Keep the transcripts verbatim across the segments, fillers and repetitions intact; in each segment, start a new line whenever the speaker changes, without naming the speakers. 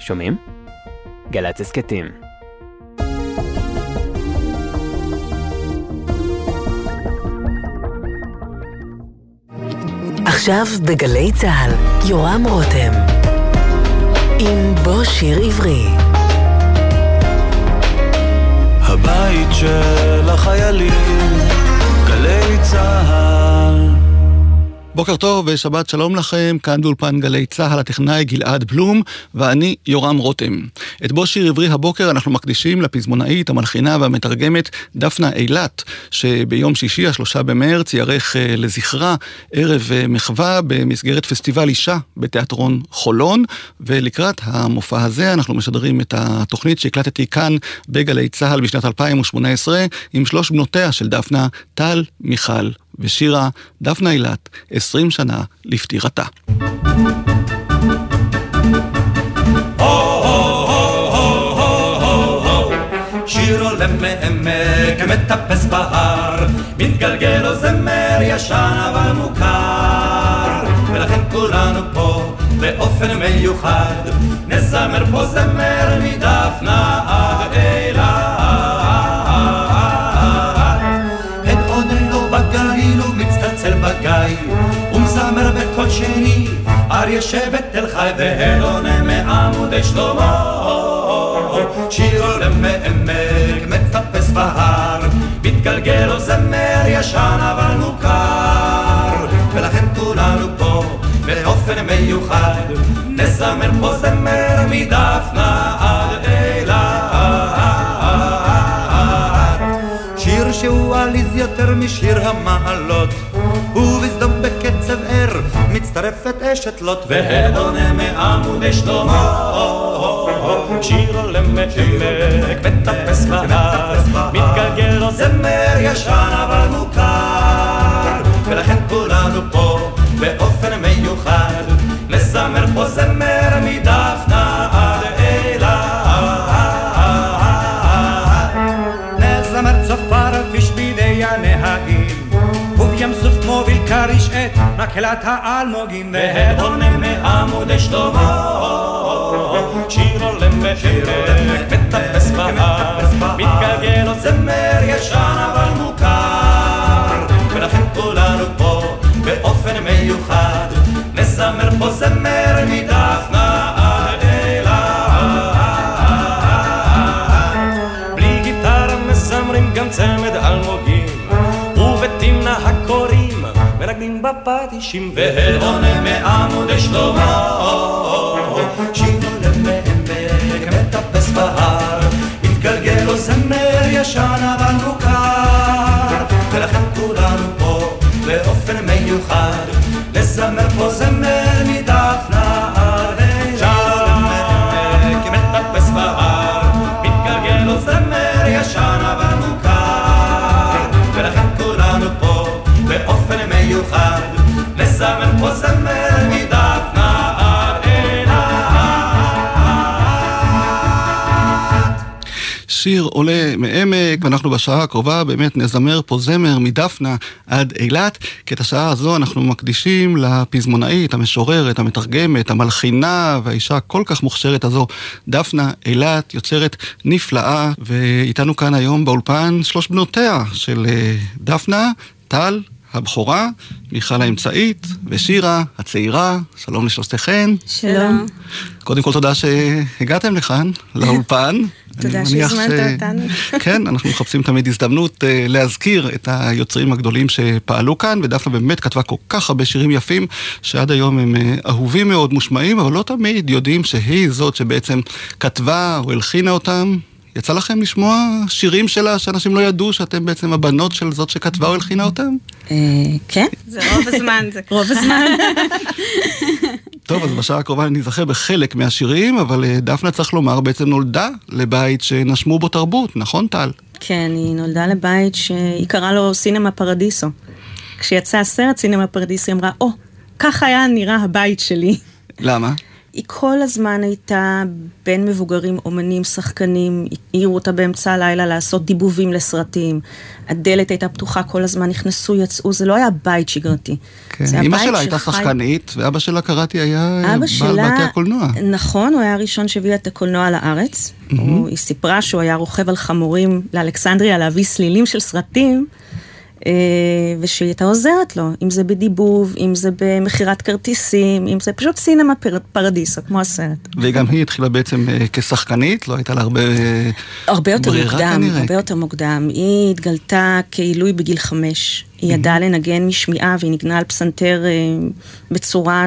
שומעים? גל"צ הסכתים.
עכשיו בגלי צהל, יורם רותם עם בו שיר עברי.
הבית של החיילים, גלי צהל. בוקר טוב ושבת שלום לכם, כאן באולפן גלי צהל, הטכנאי גלעד בלום ואני יורם רותם. את בו שיר עברי הבוקר אנחנו מקדישים לפזמונאית, המלחינה והמתרגמת דפנה אילת, שביום שישי השלושה במרץ יערך לזכרה ערב מחווה במסגרת פסטיבל אישה בתיאטרון חולון, ולקראת המופע הזה אנחנו משדרים את התוכנית שהקלטתי כאן בגלי צהל בשנת אלפיים שמונה עשרה עם שלוש בנותיה של דפנה, טל, מיכל ושירה. דפנה אילת, עשרים שנה לפטירתה.
שיר עולה מעמק מטפס בהר, מתגלגל לו זמר ישן אבל מוכר, ולכן כולנו פה באופן מיוחד נזמר פה זמר מדפנה עד אילת. הן עוד לא בגליל ומצטלצל בגיא ומזמר בקול שני אריה שבתל חי, והן עונה מעמודי שלמה. שיר עולה מעמק מטפס בהר, מתגלגל לו זמר ישן אבל מוכר, ולכן כולנו פה באופן מיוחד נזמר פה זמר מדפנה עד אילת. שיר שהוא עליז יותר משיר המעלות, ובסדום בקצב ער מצטרפת אשת לוט, והן עונה מעמודי שלמה. שיר עולה מעמק מטפס בהר, מתגלגל לו זמר ישן אבל מוכר, ולכן כולנו פה באופן מיוחד נזמר פה זמר מדפנה עד אילת. נזמר צופר על כביש בידי הנהגים, ובים סוף מוביל קריש את מקהלת האלמוגים, והן עונה מעמודי שלמה. שיר עולה מעמק מטפס בהר, מתגלגל לו זמר ישן אבל מוכר, ולכן כולנו פה באופן מיוחד נזמר פה זמר מדפנה עד אילת. בלי גיטרה מזמרים גם צמד אלמוגים, ובתמנה הקוראים מנגנים בפטישים, והן עונה מעמודי שלמה. שיר עולה מעמק מטפס בהר, מתגלגל לו זמר ישן אבל מוכר, ולכן כולנו פה באופן מיוחד נזמר פה זמר מדפנה עד אילת. מעמק מטפס בהר, מתגלגל לו זמר ישן אבל מוכר, ולכן כולנו פה באופן מיוחד נזמר פה זמר מדפנה עד אילת.
שיר עולה מעמק, ואנחנו בשעה הקרובה באמת נזמר פה זמר מדפנה עד אילת, כי את השעה הזו אנחנו מקדישים לפזמונאית, המשוררת, המתרגמת, המלחינה והאישה כל כך מוכשרת הזו, דפנה אילת, יוצרת נפלאה, ואיתנו כאן היום באולפן שלוש בנותיה של דפנה, טל הבכורה, מיכל האמצעית ושירה הצעירה. שלום לשלושתכן.
שלום.
קודם כל תודה שהגעתם לכאן לאולפן.
תודה שהזמנת אותנו.
כן, אנחנו מחפשים תמיד הזדמנות להזכיר את היוצרים הגדולים שפעלו כאן, ודפנה באמת כתבה כל כך הרבה שירים יפים שעד היום הם אהובים מאוד, מושמעים, אבל לא תמיד יודעים שהיא זאת שבעצם כתבה או הלחינה אותם. יצא לכם לשמוע שירים שלה שאנשים לא ידעו שאתם בעצם הבנות של זאת שכתבה או הלחינה אותם?
כן.
זה רוב הזמן.
רוב הזמן.
טוב, אז בשעה הקרובה אני אזכר בחלק מהשירים, אבל דפנה צריך לומר בעצם נולדה לבית שנשמו בו תרבות, נכון טל?
כן, היא נולדה לבית שהיא קראה לו סינמה פרדיסו. כשיצא הסרט סינמה פרדיסו היא אמרה, או, כך היה נראה הבית שלי.
למה?
היא כל הזמן הייתה בין מבוגרים, אומנים, שחקנים, העירו אותה באמצע הלילה לעשות דיבובים לסרטים. הדלת הייתה פתוחה כל הזמן, נכנסו, יצאו, זה לא היה בית שגרתי.
כן, אמא שלה הייתה שחקנית, ואבא שלה קראתי היה בעל בתי הקולנוע.
נכון, הוא היה הראשון שהביא את הקולנוע לארץ. היא סיפרה שהוא היה רוכב על חמורים לאלכסנדריה, להביא סלילים של סרטים, ושהיא הייתה עוזרת לו, אם זה בדיבוב, אם זה במחירת כרטיסים, אם זה פשוט סינמה פרדיסה, כמו הסרט.
וגם היא התחילה בעצם כשחקנית, לא הייתה לה הרבה
הרבה יותר מוקדם, הרבה יותר מוקדם. היא התגלתה כעילוי בגיל חמש. היא ידעה לנגן משמיעה, והיא נגנה על פסנתר בצורה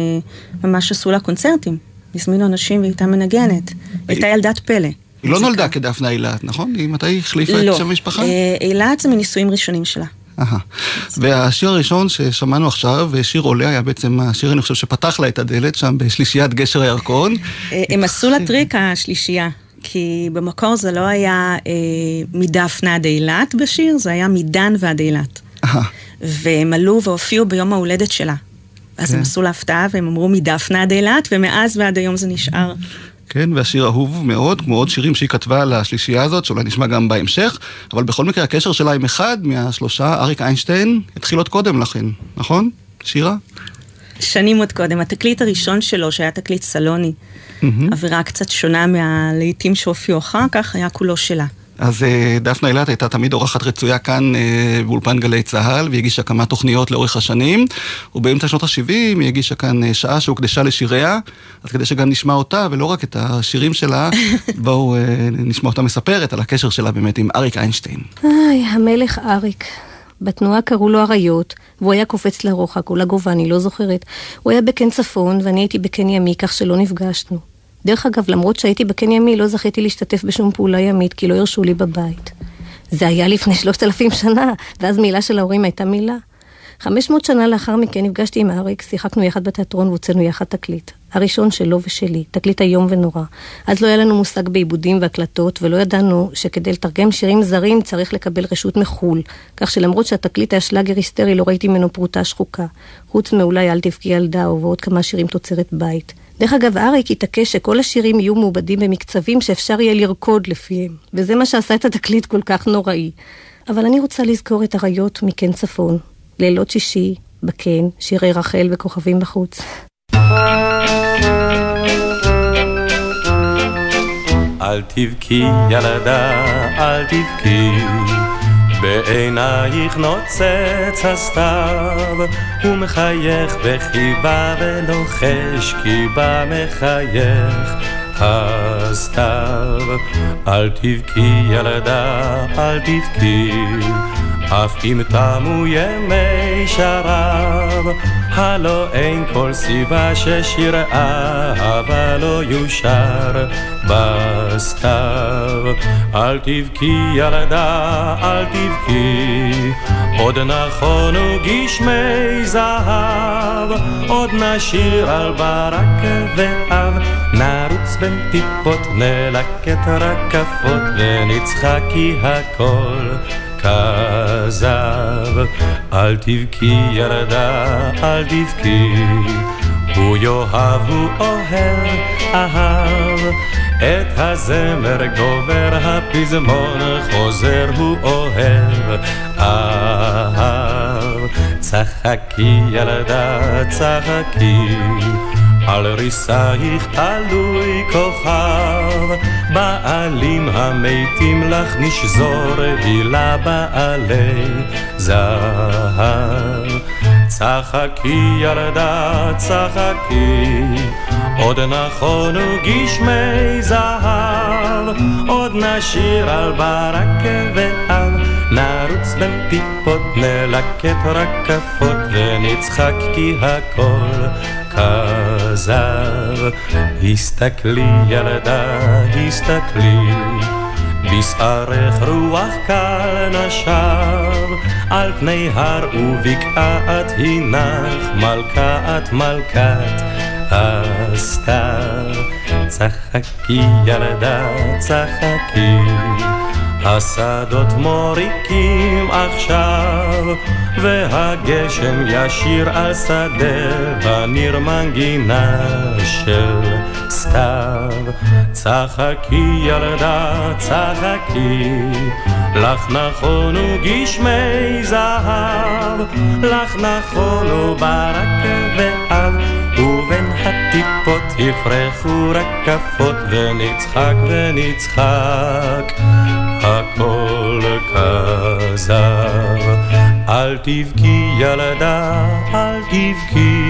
שממש עשו לה קונצרטים. הזמינו אנשים והיא הייתה מנגנת. הייתה ילדת פלא.
היא לא נולדה כדפנה אילת, נכון? היא מתי החליפה את שם המשפחה?
לא, אילת זה מנישואים ראשונים שלה.
והשיר הראשון ששמענו עכשיו, שיר עולה, היה בעצם השיר, אני חושב, שפתח לה את הדלת, שם בשלישיית גשר הירקון.
הם עשו לה טריק השלישייה, כי במקור זה לא היה מדפנה עד אילת בשיר, זה היה מדן ועד אילת. והם עלו והופיעו ביום ההולדת שלה. אז הם עשו לה הפתעה, והם אמרו מדפנה עד אילת, ומאז ועד היום זה נשאר.
כן, והשיר אהוב מאוד, כמו עוד שירים שהיא כתבה על השלישייה הזאת, שאולי נשמע גם בהמשך, אבל בכל מקרה הקשר שלה עם אחד מהשלושה, אריק איינשטיין, התחיל עוד קודם לכן, נכון? שירה?
שנים עוד קודם, התקליט הראשון שלו, שהיה תקליט סלוני, אווירה קצת שונה מהלעיתים שהופיעו אחר כך, היה כולו שלה.
אז דפנה אילת הייתה תמיד אורחת רצויה כאן באולפן גלי צהל, והיא הגישה כמה תוכניות לאורך השנים, ובאמצע שנות ה-שבעים היא הגישה כאן שעה שהוקדשה לשיריה, אז כדי שגם נשמע אותה, ולא רק את השירים שלה, בואו נשמע אותה מספרת על הקשר שלה באמת עם אריק איינשטיין.
איי, המלך אריק. בתנועה קראו לו אריות, והוא היה קופץ לרוחק או לגובה, אני לא זוכרת. הוא היה בקן צפון, ואני הייתי בקן ימי, כך שלא נפגשנו. דרך אגב, למרות שהייתי בקן ימי, לא זכיתי להשתתף בשום פעולה ימית, כי לא הרשו לי בבית. זה היה לפני שלושת אלפים שנה, ואז מילה של ההורים הייתה מילה. חמש מאות שנה לאחר מכן נפגשתי עם אריק, שיחקנו יחד בתיאטרון והוצאנו יחד תקליט. הראשון שלו ושלי, תקליט היום ונורא. אז לא היה לנו מושג בעיבודים והקלטות, ולא ידענו שכדי לתרגם שירים זרים צריך לקבל רשות מחול, כך שלמרות שהתקליט היה שלאגר היסטרי, לא ראיתי ממנו פרוטה שחוקה. חוץ מאולי אל תבכי ילדה, ועוד כמה שירים תוצרת בית. דרך אגב, אריק התעקש שכל השירים יהיו מעובדים במקצבים שאפשר יהיה לרקוד לפיהם, וזה מה שעשה את התקליט כל כך נוראי. אבל אני רוצה לזכור את אריות מקן צפון, לילות שישי, בקן, שירי רחל וכוכבים בחוץ.
אל תבכי ילדה, אל תבכי, בעינייך נוצץ הסתיו, הוא מחייך בחיבה ולוחש, כי בה מחייך הסתיו. אל תבכי ילדה, אל תבכי, אף אם תמו ימי שרב, הלא אין כל סיבה ששיר אהבה לא יושר בסתיו. אל תבכי ילדה, אל תבכי, עוד נכונו גשמי זהב, עוד נשיר על ברק ואב, נרוץ בין טיפות, נלקט רקפות ונצחק כי הכל כזב. אל תבכי ילדה, אל תבכי, הוא יאהב, הוא אוהב, אהב, את הזמר גובר, הפזמון חוזר, הוא אוהב, אהב. צחקי ילדה, צחקי, על ריסייך תלוי כוכב, בעלים המתים לך נשזור, הילה בעלי זהב. צחקי ילדה, צחקי, עוד נכונו גשמי זהב, עוד נשיר על ברק ואב, נרוץ בין טיפות, נלקט רקפות ונצחק כי הכל כזב. הסתכלי ילדה, הסתכלי, בשערך רוח קל נשב, על פני הר ובקעת הנך, מלכת מלכת הסתיו. צחקי ילדה, צחקי, השדות מוריקים עכשיו, והגשם ישיר על שדה בניר מנגינה של סתיו. צחקי ילדה צחקי, לך נכונו גשמי זהב, לך נכונו ברק ואב, ובין הטיפות יפרחו רקפות, ונצחק ונצחק הכל כזב. אל תבכי ילדה, אל תבכי.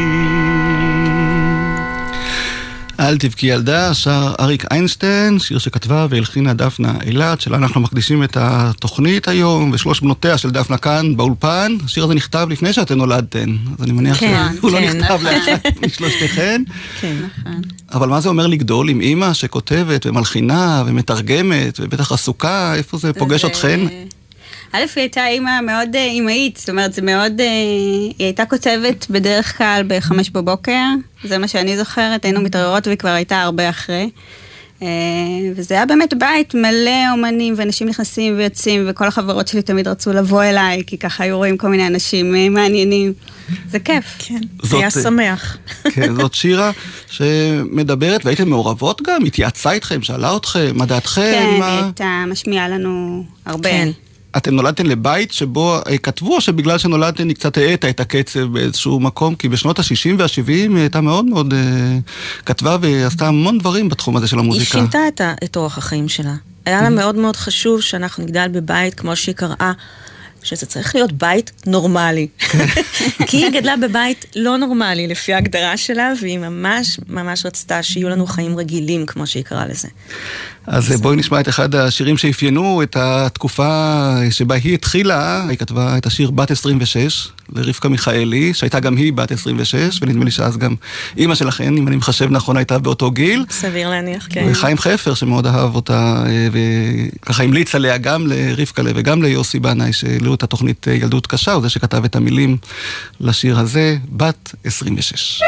אל תבכי ילדה, שר אריק איינשטיין, שיר שכתבה והלחינה דפנה אילת, שלה אנחנו מקדישים את התוכנית היום, ושלוש בנותיה של דפנה כאן באולפן. השיר הזה נכתב לפני שאתן נולדתן, אז אני מניח
כן,
שהוא
כן,
לא נכתב
נכון.
לאחת משלושתכן.
כן, נכון.
אבל מה זה אומר לגדול עם אמא שכותבת ומלחינה ומתרגמת, ובטח עסוקה, איפה זה פוגש
זה-
אתכן?
א', היא הייתה אימא מאוד אה, אימהית, זאת אומרת, זה מאוד, אה, היא הייתה כותבת בדרך כלל בחמש בבוקר, זה מה שאני זוכרת, היינו מתעוררות והיא כבר הייתה הרבה אחרי. אה, וזה היה באמת בית מלא אומנים ואנשים נכנסים ויוצאים, וכל החברות שלי תמיד רצו לבוא אליי, כי ככה היו רואים כל מיני אנשים אה, מעניינים. זה כיף.
כן,
זאת-
זה היה שמח.
כן, זאת שירה שמדברת, והייתם מעורבות גם, התייעצה איתכם, שאלה אתכם, מה דעתכם?
כן, היא
מה...
הייתה משמיעה לנו הרבה.
כן.
אתם נולדתם לבית שבו אה, כתבו, או שבגלל שנולדתם היא קצת האטה את הקצב באיזשהו מקום, כי בשנות ה-שישים וה-שבעים היא הייתה מאוד מאוד אה, כתבה ועשתה המון דברים בתחום הזה של
היא
המוזיקה.
שינתה את, ה- את אורח החיים שלה. היה לה מאוד מאוד חשוב שאנחנו נגדל בבית, כמו שהיא קראה, שזה צריך להיות בית נורמלי. כי היא גדלה בבית לא נורמלי, לפי ההגדרה שלה, והיא ממש ממש רצתה שיהיו לנו חיים רגילים, כמו שהיא קראה לזה.
אז אה, בואי נשמע את אחד השירים שאפיינו את התקופה שבה היא התחילה. היא כתבה את השיר בת עשרים ושש לרבקה מיכאלי, שהייתה גם היא בת עשרים ושש, ונדמה לי שאז גם אימא שלכן, אם אני מחשב נכון, הייתה באותו גיל.
סביר להניח, כן.
וחיים חפר שמאוד אהב אותה, אה, וככה המליץ עליה גם לרבקה וגם ליוסי בנאי, שהעלו את התוכנית אה, ילדות קשה, הוא זה שכתב את המילים לשיר הזה, בת עשרים ושש.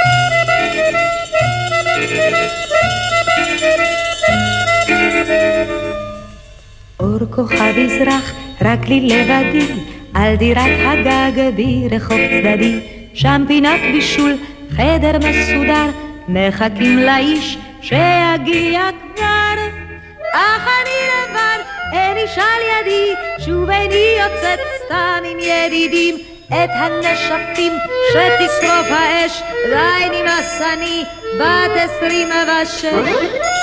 אור כוכב יזרח, רק לי לבדי, על דירת הגג ברחוב צדדי, שם פינת בישול, חדר מסודר, מחכים לאיש שיגיע כבר. אך אני לבד, אין איש על ידי, שוב איני יוצאת סתם עם ידידים, את הנשפים שתשרוף האש, די נמאס אני בת עשרים ושש.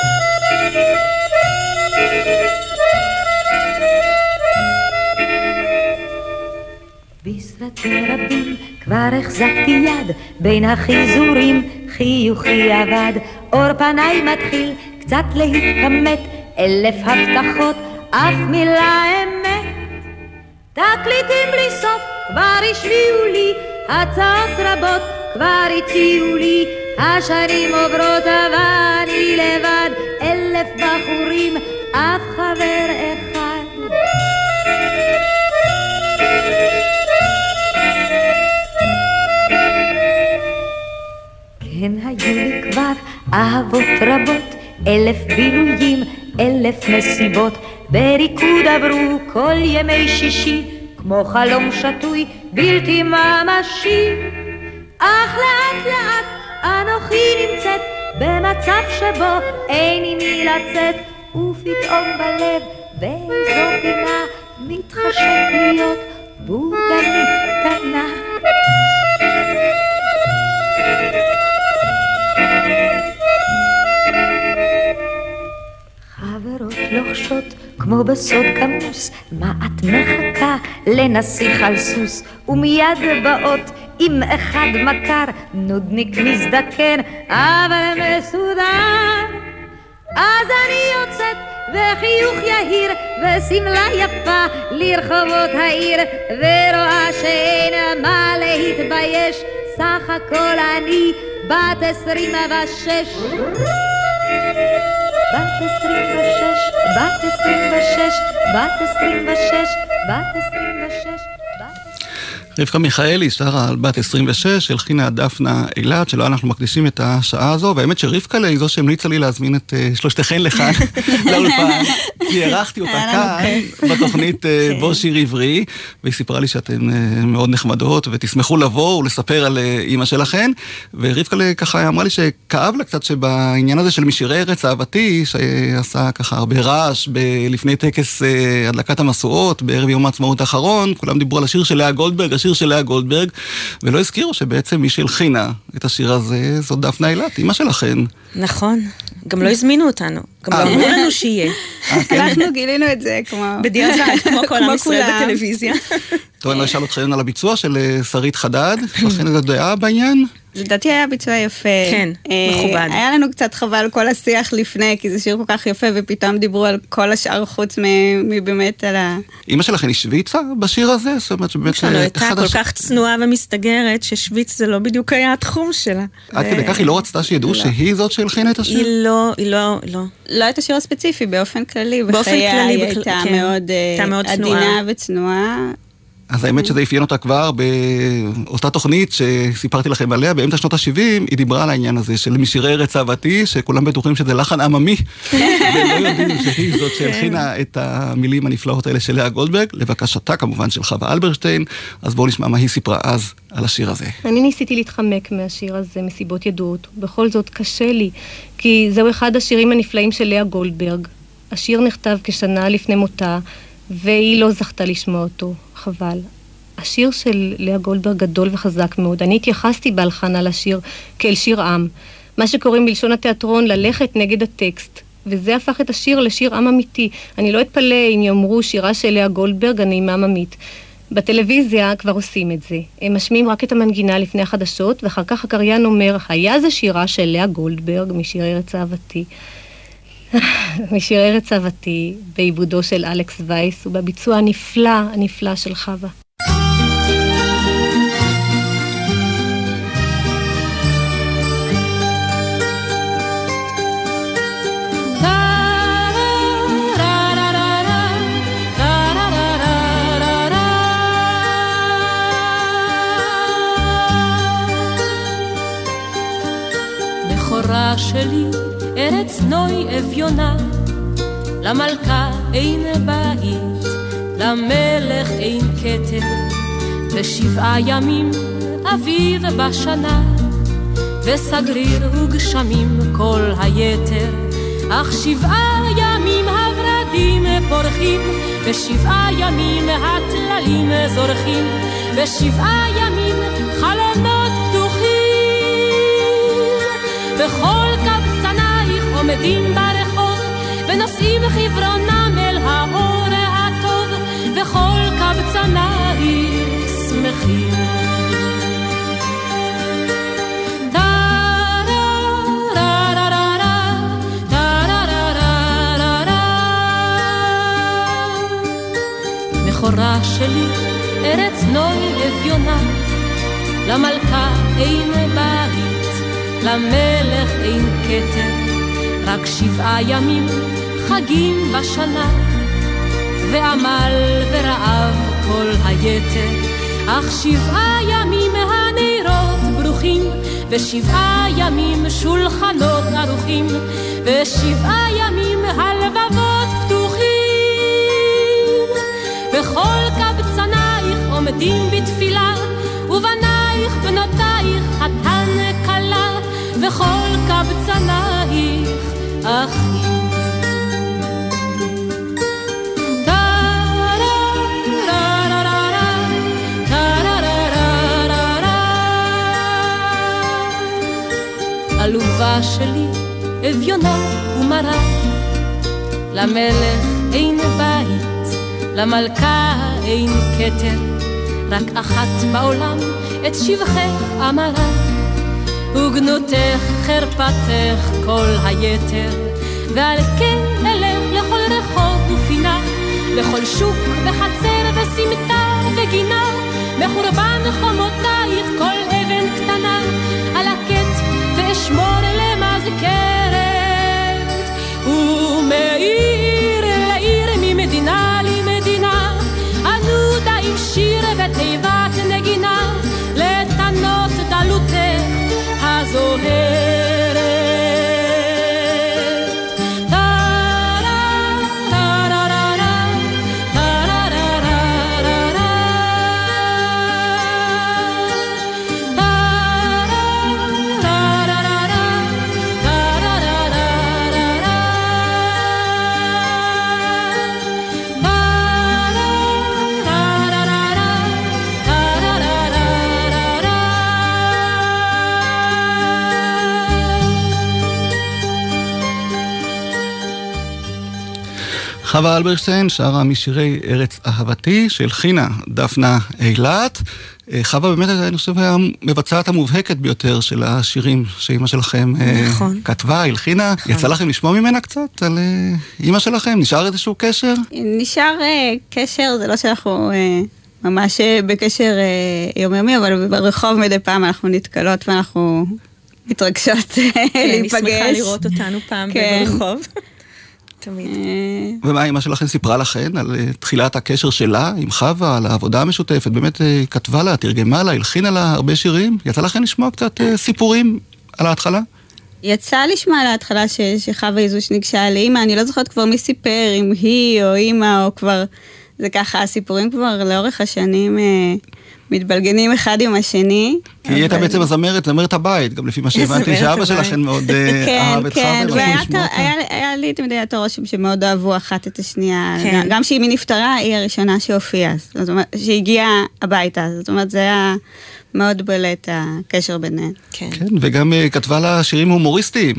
בסרטים רבים כבר החזקתי יד, בין החיזורים חיוכי עבד, אור פניי מתחיל קצת להתכמת, אלף הבטחות אף מילה אמת. תקליטים בלי סוף כבר השמיעו לי, הצעות רבות כבר הציעו לי, השנים עוברות אבל אני לבד, אלף בחורים אף חבר אחד. כן היו לי כבר אהבות רבות, אלף בילויים, אלף מסיבות, בריקוד עברו כל ימי שישי, כמו חלום שטוי בלתי ממשי. אך לאט לאט אנוכי נמצאת במצב שבו אין עם מי לצאת, ופתאום בלב באיזו פינה מתחשק להיות בוגנית קטנה. חברות לוחשות כמו בסוד כמוס, מה את מחכה לנסיך על סוס, ומיד באות עם אחד מכר, נודניק מזדקן אבל מסודר. אז אני יוצאת וחיוך יהיר וסמלה יפה לרחובות העיר, ורואה שאין מה להתבייש, סך הכל אני בת עשרים ושש. בת עשרים ושש, בת עשרים ושש, בת עשרים ושש, בת עשרים ושש.
רבקה מיכאלי שרה על בת עשרים ושש, הלחינה דפנה אילת, שלא אנחנו מקדישים את השעה הזו, והאמת שרבקה היא זו שהמליצה לי להזמין את שלושתכן לכאן, לאולפן, כי ערכתי אותה כאן, בתוכנית בוא שיר עברי, והיא סיפרה לי שאתן מאוד נחמדות, ותשמחו לבוא ולספר על אמא שלכן, ורבקה ככה אמרה לי שכאב לה קצת שבעניין הזה של משירי ארץ אהבתי, שעשה ככה הרבה רעש, לפני טקס הדלקת המשואות, בערב יום העצמאות האחרון, כולם דיברו על השיר של לאה גולדברג, השיר של לאה גולדברג, ולא הזכירו שבעצם מי שהלחינה את השיר הזה, זאת דפנה אילת, אמא שלכן.
נכון, גם לא הזמינו אותנו, גם לא אמרו לנו שיהיה.
אנחנו גילינו את זה כמו...
בדיעבד, כמו כל עם ישראל בטלוויזיה.
טוב, אני אשאל אתכם על הביצוע של שרית חדד, לכן איזו דעה בעניין?
לדעתי היה ביצוע יפה.
כן, מכובד.
היה לנו קצת חבל כל השיח לפני, כי זה שיר כל כך יפה, ופתאום דיברו על כל השאר חוץ מבאמת על ה...
אמא שלכן היא שוויצה בשיר הזה? זאת אומרת שבאמת...
שלנו הייתה כל כך צנועה ומסתגרת, ששוויץ זה לא בדיוק היה התחום שלה.
עד כדי כך היא לא רצתה שידעו שהיא זאת שהלחינה את השיר?
היא לא, היא לא, לא.
לא את השיר הספציפי, באופן כללי.
באופן כללי,
היא הייתה מאוד עדינה וצנועה.
אז האמת שזה אפיין אותה כבר באותה תוכנית שסיפרתי לכם עליה, באמצע שנות ה-שבעים, היא דיברה על העניין הזה של משירי ארץ אהבתי, שכולם בטוחים שזה לחן עממי, ולא יודעים שהיא זאת שהלחינה את המילים הנפלאות האלה של לאה גולדברג, לבקשתה כמובן של חווה אלברשטיין, אז בואו נשמע מה היא סיפרה אז על השיר הזה.
אני ניסיתי להתחמק מהשיר הזה מסיבות ידועות, בכל זאת קשה לי, כי זהו אחד השירים הנפלאים של לאה גולדברג. השיר נכתב כשנה לפני מותה, והיא לא זכתה לשמוע אותו, חבל. השיר של לאה גולדברג גדול וחזק מאוד. אני התייחסתי בהלחנה לשיר כאל שיר עם. מה שקוראים בלשון התיאטרון ללכת נגד הטקסט. וזה הפך את השיר לשיר עם אמיתי. אני לא אתפלא אם יאמרו שירה של לאה גולדברג הנעימה עממית. בטלוויזיה כבר עושים את זה. הם משמיעים רק את המנגינה לפני החדשות, ואחר כך הקריין אומר, היה זה שירה של לאה גולדברג משיר ארץ אהבתי. משיר ארץ אהבתי בעיבודו של אלכס וייס ובביצוע הנפלא, הנפלא של חווה.
בכורה שלי ארץ נוי אביונה, למלכה אין בית, למלך אין כתר, בשבעה ימים אביב בשנה, וסגריר וגשמים כל היתר, אך שבעה ימים הורדים פורחים, בשבעה ימים הטללים זורחים, בשבעה ימים חלונות פתוחים, בכל קבצנייך עומדים ברחוב, ונושאים חברונם אל האור הטוב, וכל קבצנייך שמחים. בכורה שלי ארץ נוי אביונה, למלכה אין בית, למלך אין כתר, רק שבעה ימים חגים בשנה, ועמל ורעב כל היתר, אך שבעה ימים הנרות ברוכים, ושבעה ימים שולחנות ערוכים, ושבעה ימים הלבבות פתוחים, וכל קבצנייך עומדים בתפילה, ובנייך בנותייך חתן כלה, וכל קבצנייך אחים. עלובה שלי אביונה ומרה, למלך אין בית, למלכה אין כתר, רק אחת בעולם את שבחך אמרה, וגנותך חרפתך כל היתר, ועל כן אלך לכל רחוב ופינה, לכל שוק וחצר וסמטה וגינה, מחורבן חומותייך כל אבן קטנה, על הקט ואשמור למזכרת, ומעיר לעיר ממדינה למדינה, ענודה עם שיר ותיבת נגינה,
חווה אלברשטיין שרה משירי ארץ אהבתי שהלחינה דפנה אילת. חווה באמת, אני חושב, המבצעת המובהקת ביותר של השירים שאימא שלכם נכון. כתבה, הלחינה. נכון. יצא לכם לשמוע ממנה קצת על אימא שלכם? נשאר איזשהו קשר?
נשאר קשר, זה לא שאנחנו ממש בקשר יומיומי, אבל ברחוב מדי פעם אנחנו נתקלות ואנחנו מתרגשות להיפגש.
אני שמחה לראות אותנו פעם ברחוב. תמיד.
ומה אמא שלכם סיפרה לכן על תחילת הקשר שלה עם חווה, על העבודה המשותפת? באמת כתבה לה, תרגמה לה, הלחינה לה הרבה שירים? יצא לכן לשמוע קצת סיפורים על ההתחלה?
יצא לשמוע על ההתחלה שחווה היא זו שניגשה לאמא, אני לא זוכרת כבר מי סיפר, אם היא או אמא או כבר, זה ככה, הסיפורים כבר לאורך השנים מתבלגנים אחד עם השני.
כי היא הייתה בעצם הזמרת, זמרת הבית, גם לפי מה שהבנתי, שאבא שלכן מאוד אהב את חווה.
כן, כן, והיה לי תמיד את הרושם שמאוד אהבו אחת את השנייה. גם שאמי נפטרה, היא הראשונה שהופיעה, זאת אומרת, שהגיעה הביתה. זאת אומרת, זה היה מאוד בולט הקשר ביניהם.
כן, וגם כתבה לה שירים הומוריסטיים,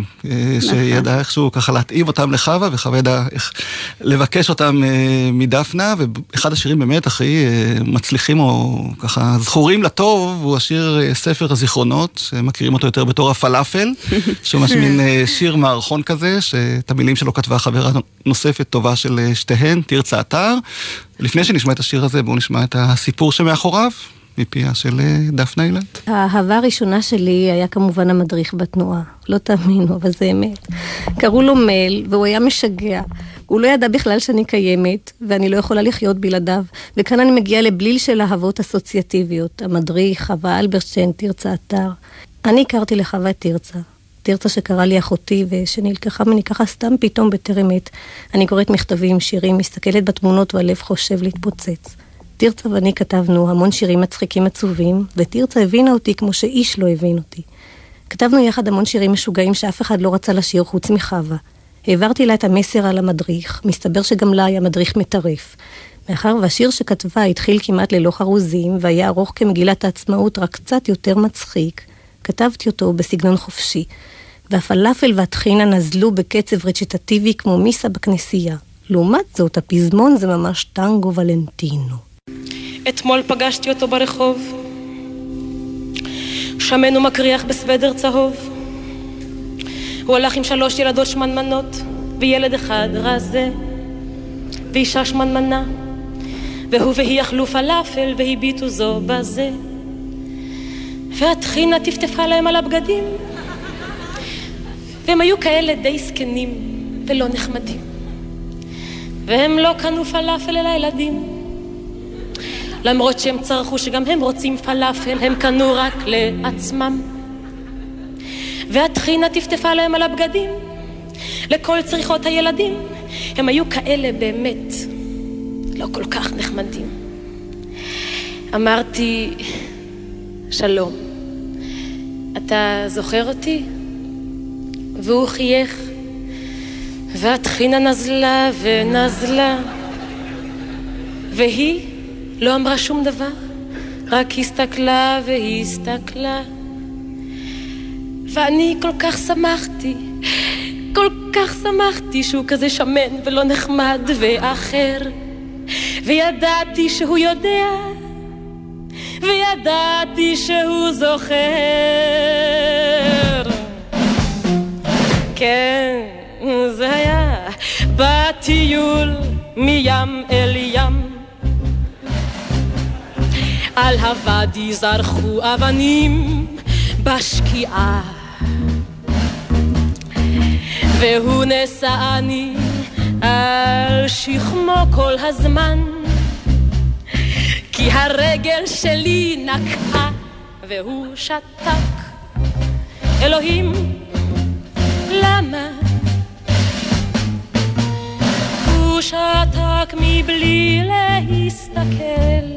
שידעה איכשהו ככה להתאים אותם לחווה, וחווה ידעה איך לבקש אותם מדפנה, ואחד השירים באמת הכי מצליחים או ככה זכורים לטוב, הוא השיר ספר הזיכרונות, מכירים אותו יותר בתור הפלאפל, שהוא ממש מין שיר מערכון כזה, שאת המילים שלו כתבה חברה נוספת טובה של שתיהן, תרצה אתר. לפני שנשמע את השיר הזה, בואו נשמע את הסיפור שמאחוריו. מפיה של דפנה אילת.
האהבה הראשונה שלי היה כמובן המדריך בתנועה. לא תאמינו, אבל זה אמת. קראו לו מל, והוא היה משגע. הוא לא ידע בכלל שאני קיימת, ואני לא יכולה לחיות בלעדיו. וכאן אני מגיעה לבליל של אהבות אסוציאטיביות. המדריך, חווה אלברשטיין, תרצה אתר. אני הכרתי לחווה את תרצה. תרצה שקרא לי אחותי, ושנלקחה ממני ככה סתם פתאום בטרם עת. אני קוראת מכתבים, שירים, מסתכלת בתמונות, והלב חושב להתפוצץ. תרצה ואני כתבנו המון שירים מצחיקים עצובים, ותרצה הבינה אותי כמו שאיש לא הבין אותי. כתבנו יחד המון שירים משוגעים שאף אחד לא רצה לשיר חוץ מחווה. העברתי לה את המסר על המדריך, מסתבר שגם לה היה מדריך מטרף. מאחר והשיר שכתבה התחיל כמעט ללא חרוזים, והיה ארוך כמגילת העצמאות רק קצת יותר מצחיק, כתבתי אותו בסגנון חופשי, והפלאפל והטחינה נזלו בקצב רצ'טטיבי כמו מיסה בכנסייה. לעומת זאת, הפזמון זה ממש טנגו ולנטינו.
אתמול פגשתי אותו ברחוב, שמן ומקריח בסוודר צהוב. הוא הלך עם שלוש ילדות שמנמנות, וילד אחד רזה, ואישה שמנמנה, והוא והיא אכלו פלאפל והביטו זו בזה, והטחינה טפטפה להם על הבגדים, והם היו כאלה די סקנים ולא נחמדים, והם לא קנו פלאפל אל הילדים, למרות שהם צרכו שגם הם רוצים פלאפל, הם קנו רק לעצמם. והטחינה טפטפה להם על הבגדים, לכל צריכות הילדים, הם היו כאלה באמת לא כל כך נחמדים. אמרתי, שלום, אתה זוכר אותי? והוא חייך, והטחינה נזלה ונזלה, והיא לא אמרה שום דבר, רק הסתכלה והסתכלה. ואני כל כך שמחתי, כל כך שמחתי שהוא כזה שמן ולא נחמד ואחר. וידעתי שהוא יודע, וידעתי שהוא זוכר. כן, זה היה בטיול מים אל ים, על הוואדי זרחו אבנים בשקיעה, והוא נשאני על שכמו כל הזמן, כי הרגל שלי נקעה והוא שתק. אלוהים, למה? הוא שתק מבלי להסתכל.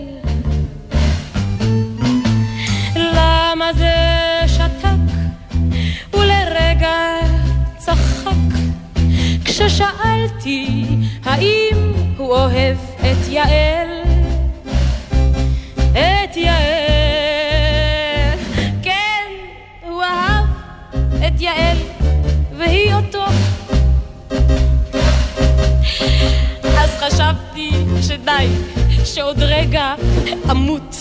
למה זה שתק? ולרגע צחק כששאלתי האם הוא אוהב את יעל. את יעל, כן, הוא אהב את יעל והיא אותו. שעוד רגע אמות.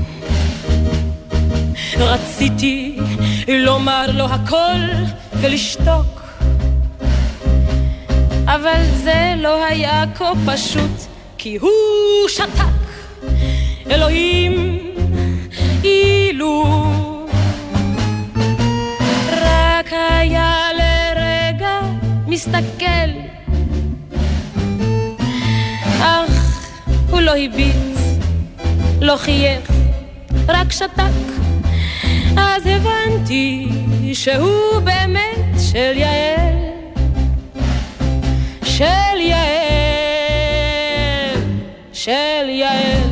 רציתי לומר לו הכל ולשתוק, אבל זה לא היה כה פשוט, כי הוא שתק. אלוהים, אילו רק היה לרגע מסתכל, אך הוא לא הביט, לא חייך, רק שתק. אז הבנתי שהוא באמת של יעל, של יעל, של יעל.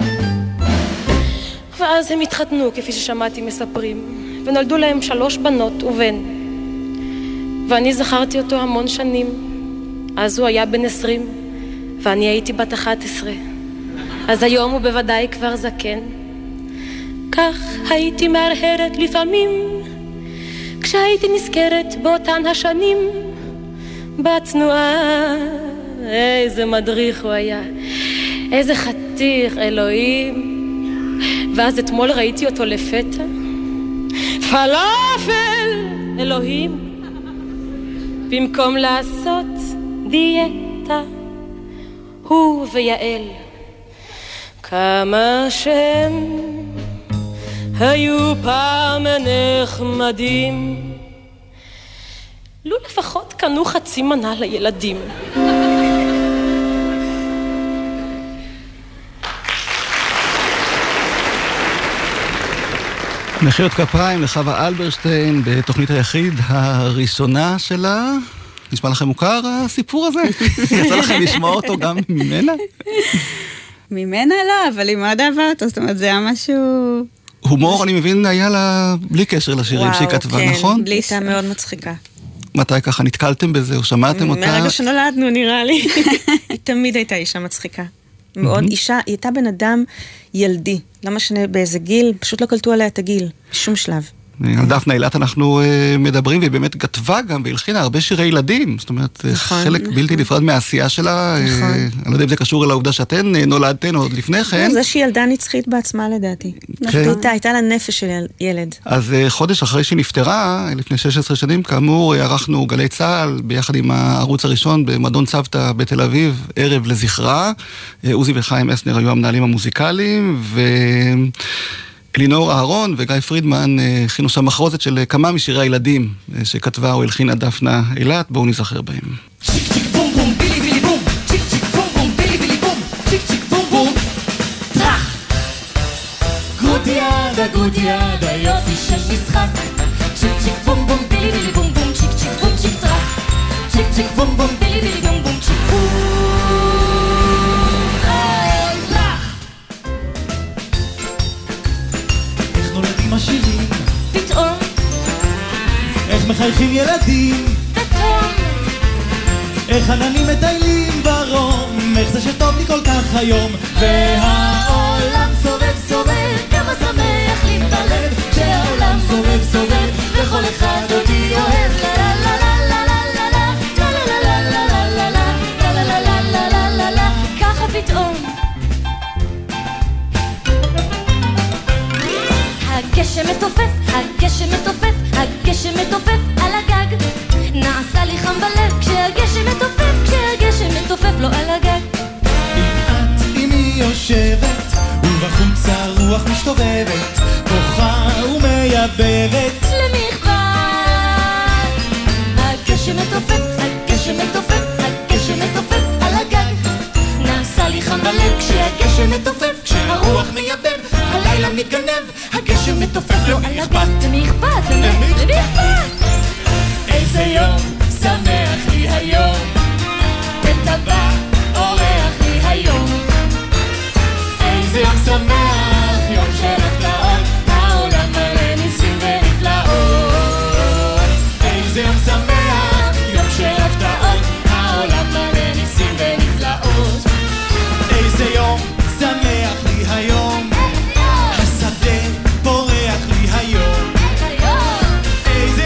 ואז הם התחתנו, כפי ששמעתי מספרים, ונולדו להם שלוש בנות ובן. ואני זכרתי אותו המון שנים. אז הוא היה בן עשרים, ואני הייתי בת אחת עשרה. אז היום הוא בוודאי כבר זקן. כך הייתי מהרהרת לפעמים, כשהייתי נזכרת באותן השנים, בתנועה. איזה מדריך הוא היה, איזה חתיך, אלוהים. ואז אתמול ראיתי אותו לפתע, פלאפל, אלוהים, במקום לעשות דיאטה, הוא ויעל, כמה שהם היו פעם נחמדים, לו לפחות קנו חצי מנה לילדים.
מחיאות כפיים לחווה אלברשטיין בתוכנית היחיד הראשונה שלה. נשמע לכם מוכר הסיפור הזה? יצא לכם לשמוע אותו גם ממנה?
ממנה לא, אבל היא מאוד אהבה אותו, זאת אומרת זה היה משהו...
הומור, אני מבין, היה לה בלי קשר לשירים שהיא כתבה, נכון?
וואו, כן, הייתה מאוד מצחיקה.
מתי ככה נתקלתם בזה או שמעתם אותה?
מהרגע שנולדנו נראה לי. היא תמיד הייתה אישה מצחיקה. מאוד אישה, היא הייתה בן אדם ילדי. לא משנה באיזה גיל, פשוט לא קלטו עליה את הגיל, בשום שלב.
על דפנה אילת אנחנו uh, מדברים, והיא באמת כתבה גם והלחינה הרבה שירי ילדים, זאת אומרת, נכון, חלק נכון. בלתי נפרד מהעשייה שלה, נכון. uh, אני לא יודע אם זה קשור אל העובדה שאתן uh, נולדתן עוד לפני כן.
זה שהיא ילדה נצחית בעצמה לדעתי. כן. הייתה, הייתה לה נפש של ילד.
אז uh, חודש אחרי שהיא נפטרה, לפני שש עשרה שנים, כאמור, ערכנו גלי צהל, ביחד עם הערוץ הראשון, במדון צוותא בתל אביב, ערב לזכרה. uh, עוזי וחיים אסנר היו המנהלים המוזיקליים, ו... אלינור אהרון וגיא פרידמן הכינו שם מחרוזת של כמה משירי הילדים שכתבה או הלחינה דפנה אילת, בואו נזכר בהם.
צ'יק צ'יק בום בום בילי בילי בום, צ'יק צ'יק בום בום בילי בילי בום, צ'יק צ'יק בום בום טרח. גודיאדה גודיאדה יופי של משחק, צ'יק צ'יק בום בום בילי בילי בום בום, צ'יק צ'יק בום צ'יק טרח, צ'יק צ'יק בום בום בילי בילי בום בום, צ'יק בום. השירים
פתאום
איך מחייכים ילדים
פתאום
איך עננים מטיילים ברום, איך זה שטוב לי כל כך היום, והעולם סובב סובב כמה שמח לי בלב, שהעולם סובב סובב וכל אחד אותי אוהב, לה לה לה לה לה לה לה לה לה לה לה לה לה לה לה לה לה לה,
ככה פתאום הגשם מתופף, הגשם מתופף, הגשם מתופף על הגג, נעשה לי חם בלב כשהגשם מתופף, כשהגשם מתופף לו על הגג.
אם את עימי יושבת ובחוץ הרוח משתובבת, בוכה ומייבבת
למכבד. הגשם מתופף, הגשם מתופף, הגשם מתופף על הגג, נעשה לי חם בלב כשהגשם מתופף, כשהרוח מייבב, הלילה מתגנב, הגשם מתופף לו על הגג. למי אכפת? למי אכפת?
איזה יום שמח לי היום, וטבע אורח לי היום, איזה יום שמח, יום של הפלאות, העולם מלא ניסים ונפלאות, איזה יום שמח, יום של הפתעות, העולם מלא ניסים ונפלאות, איזה יום שמח לי היום, השדה פורח לי היום, איזה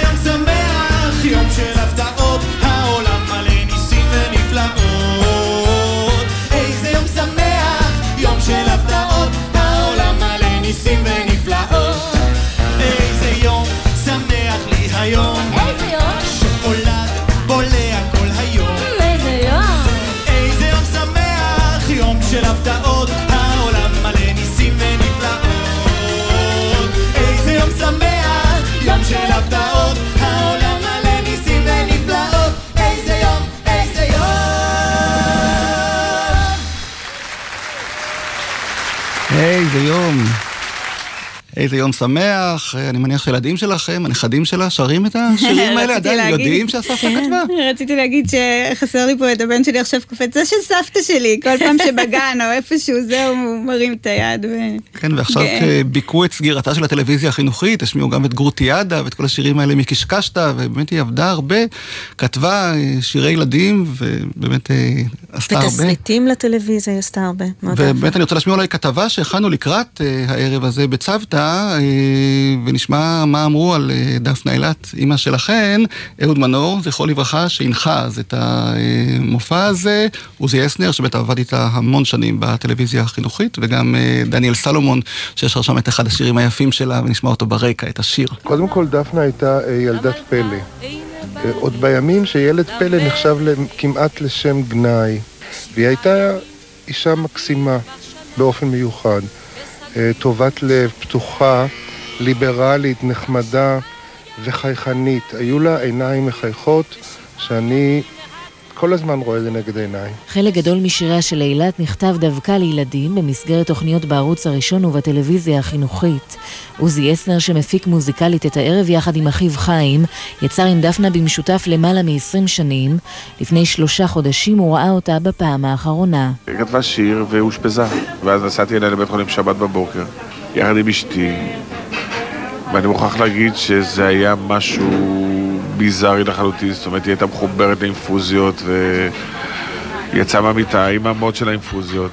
איזה יום. איזה יום שמח, אני מניח שילדים שלכם, הנכדים שלה, שרים את השירים האלה, עדיין יודעים שהסבתא כתבה.
רציתי להגיד שחסר לי פה את הבן שלי עכשיו קופץ, זה של סבתא שלי, כל פעם שבגן או איפשהו זהו, הוא מרים את היד.
כן, ועכשיו ביקרו את סגירתה של הטלוויזיה החינוכית, השמיעו גם את גרוטיאדה ואת כל השירים האלה מקשקשתה, ובאמת היא עבדה הרבה, כתבה שירי ילדים, ובאמת עשתה הרבה.
ותסריטים לטלוויזיה עשתה הרבה.
ובאמת אני רוצה להשמיע אולי כתבה שהכנו לקראת הערב הזה בצוותא, ונשמע מה אמרו על דפנה אילת, אמא שלכן, אהוד מנור, זכרו לברכה, שהנחה אז את המופע הזה, עוזי אסנר, שבטח עבד איתה המון שנים בטלוויזיה החינוכית, וגם דניאל סלומון, ששר שם את אחד השירים היפים שלה, ונשמע אותו ברקע, את השיר.
קודם כל, דפנה הייתה ילדת פלא. עוד בימים שילד פלא נחשב כמעט לשם גנאי, והיא הייתה אישה מקסימה באופן מיוחד. טובת לב, פתוחה, ליברלית, נחמדה וחייכנית. היו לה עיניים מחייכות שאני כל הזמן רואה לנגד עיניי.
חלק גדול משיריה של אילת נכתב דווקא לילדים במסגרת תוכניות בערוץ הראשון ובטלוויזיה החינוכית. עוזי אסנר, שמפיק מוזיקלית את הערב יחד עם אחיו חיים, יצר עם דפנה במשותף למעלה מ-עשרים שנים. לפני שלושה חודשים הוא ראה אותה בפעם האחרונה.
היא כתבה שיר והושפזה, ואז נסעתי אליה לבית חולים שבת בבוקר, יחד עם אשתי, ואני מוכרח להגיד שזה היה משהו ביזארי לחלוטין. זאת אומרת, היא הייתה מחוברת לאינפוזיות ויצאה מהמיטה עם המוד של האינפוזיות,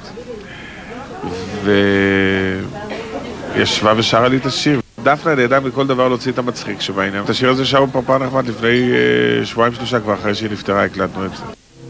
וישבה ושרה לי את השיר. דפנה נהדה מכל דבר להוציא את המצחיק שבעניין. את השיר הזה שרו פרפר נחמד לפני שבועיים שלושה, כבר אחרי שהיא נפטרה הקלטנו את זה.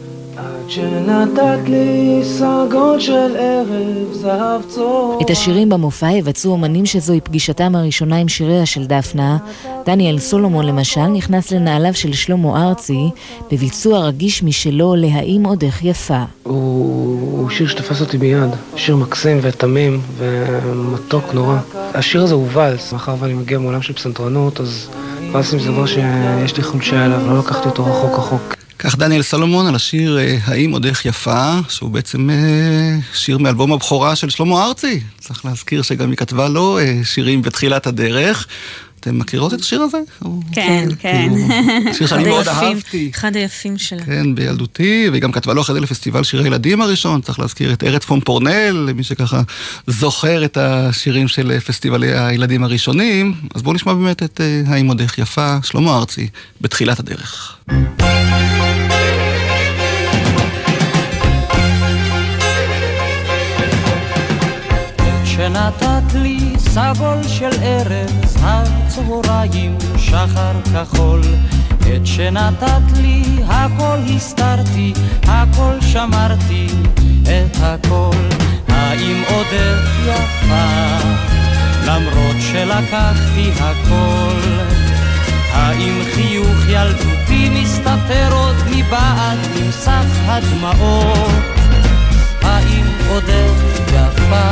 שנתת לי סרגות של ערב זהב צור.
את השירים במופע יבצעו אומנים שזוהי פגישתם הראשונה עם שיריה של דפנה. דניאל סולומון למשל נכנס לנעליו של שלמה ארצי בביצוע רגיש משלו להאם עוד איך יפה.
הוא, הוא שיר שתפס אותי ביד, שיר מקסים ותמים ומתוק נורא. השיר הזה הוא ולס, מאחר ואני מגיע מעולם של פסנתרנות, אז ולסים זה דבר שיש לי חולשה אליו, לא לקחתי אותו רחוק רחוק.
כך דניאל סלומון על השיר האם עוד איך יפה, שהוא בעצם שיר מאלבום הבכורה של שלמה ארצי. צריך להזכיר שגם היא כתבה לו שירים בתחילת הדרך. אתם מכירות את השיר הזה?
כן, כן.
שיר שאני מאוד אהבתי.
אחד היפים שלה.
כן, בילדותי, והיא גם כתבה לו אחרי זה לפסטיבל שירי ילדים הראשון. צריך להזכיר את ארץ פון פורנל, למי שככה זוכר את השירים של פסטיבלי הילדים הראשונים. אז בואו נשמע באמת את האם עוד איך יפה, שלמה ארצי, בתחילת הדרך.
שנתת לי סגול של ארץ הצהריים שחר כחול, את שנתת לי הכל הסתרתי, הכל שמרתי, את הכל. האם עודך יפה למרות שלקחתי הכל? האם חיוך ילדותי מסתתר עוד מבעד ממסך הדמעות? האם עודך יפה?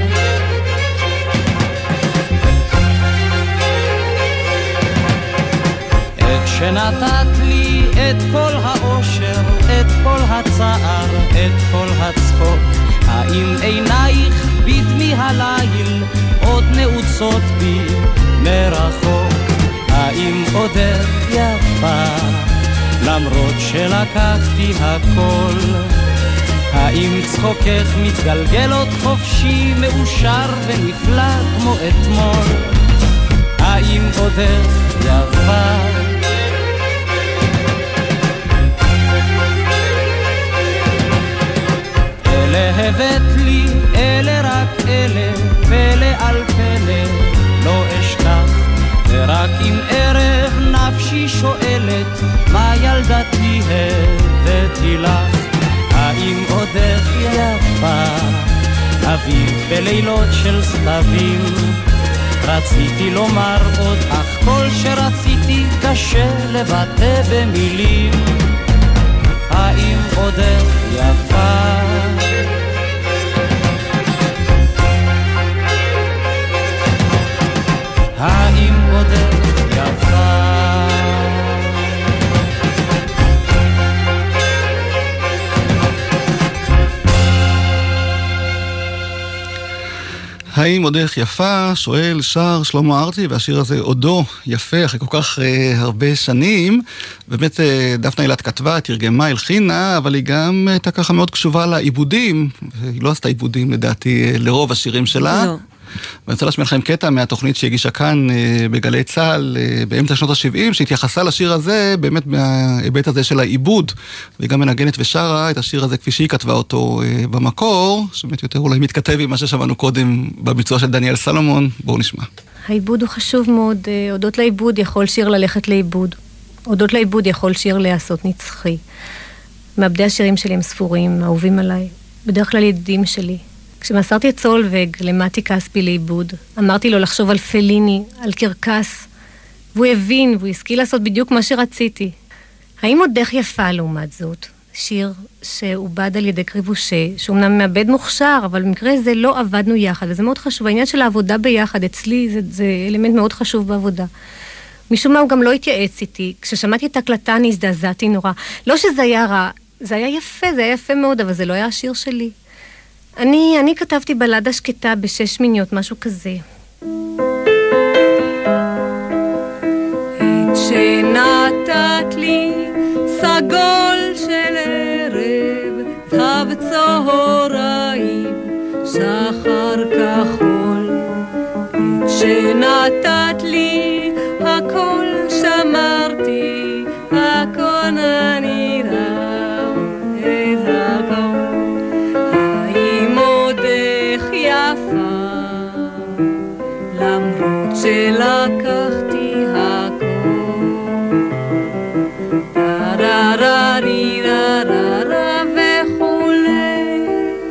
שנתת לי את כל האושר, את כל הצער, את כל הצחוק. האם עינייך בדמי הליל עוד נעוצות בי מרחוק? האם עודך יפה למרות שלקחתי הכל? האם צחוקך מתגלגל עוד חופשי, מאושר ונפלא כמו אתמול? האם עודך יפה? אלה הבאת לי, אלה רק אלה, פלא על פלא, לא אשכח. ורק אם ערב נפשי שואלת, מה ילדתי הבאתי לך? האם עודך יפה, אביב בלילות של סתבים? רציתי לומר עוד, אך כל שרציתי קשה לבטא במילים. האם עודך יפה? האם עודך יפה?
האם עוד איך יפה? שואל שר שלמה ארצי, והשיר הזה עודו יפה אחרי כל כך uh, הרבה שנים. באמת uh, דפנה אילת כתבה, תרגמה, הלחינה, אבל היא גם הייתה ככה מאוד קשובה לעיבודים, היא לא עשתה עיבודים לדעתי uh, לרוב השירים שלה. לא. ואני רוצה להשמיע לכם קטע מהתוכנית שהגישה כאן אה, בגלי צהל אה, באמצע שנות ה-שבעים, שהתייחסה לשיר הזה באמת מההיבט הזה של העיבוד, וגם מנגנת ושרה את השיר הזה כפי שהיא כתבה אותו אה, במקור, שבאמת יותר אולי מתכתב עם מה ששמענו קודם בביצוע של דניאל סלומון. בואו נשמע.
העיבוד הוא חשוב מאוד, הודות לעיבוד יכול שיר ללכת לעיבוד, הודות לעיבוד יכול שיר להיעשות נצחי. מעבדי השירים שלי הם ספורים, אהובים עליי, בדרך כלל ידידים שלי. כשמסרתי את סולווג למתי כספי לאיבוד, אמרתי לו לחשוב על פליני, על קרקס, והוא הבין, והוא השכיל לעשות בדיוק מה שרציתי. האם עוד דרך יפה לעומת זאת? שיר שעובד על ידי קריבושה, שאומנם מעבד מוכשר, אבל במקרה זה לא עבדנו יחד, וזה מאוד חשוב. העניין של העבודה ביחד, אצלי זה, זה אלמנט מאוד חשוב בעבודה. משום מה הוא גם לא התייעץ איתי. כששמעתי את הקלטה אני הזדעזעתי נורא. לא שזה היה רע, זה היה יפה, זה היה יפה מאוד, אבל זה לא היה השיר שלי. אני, אני כתבתי בלדה שקטה בשש מיניות, משהו כזה. את שנתת לי סגול של ערב, צב צהריים, שחר כחול. את שנתת לי הכל שמרתי, הכל נראה את הכל. למרות שלקחתי הכל טררריררררה וכולי.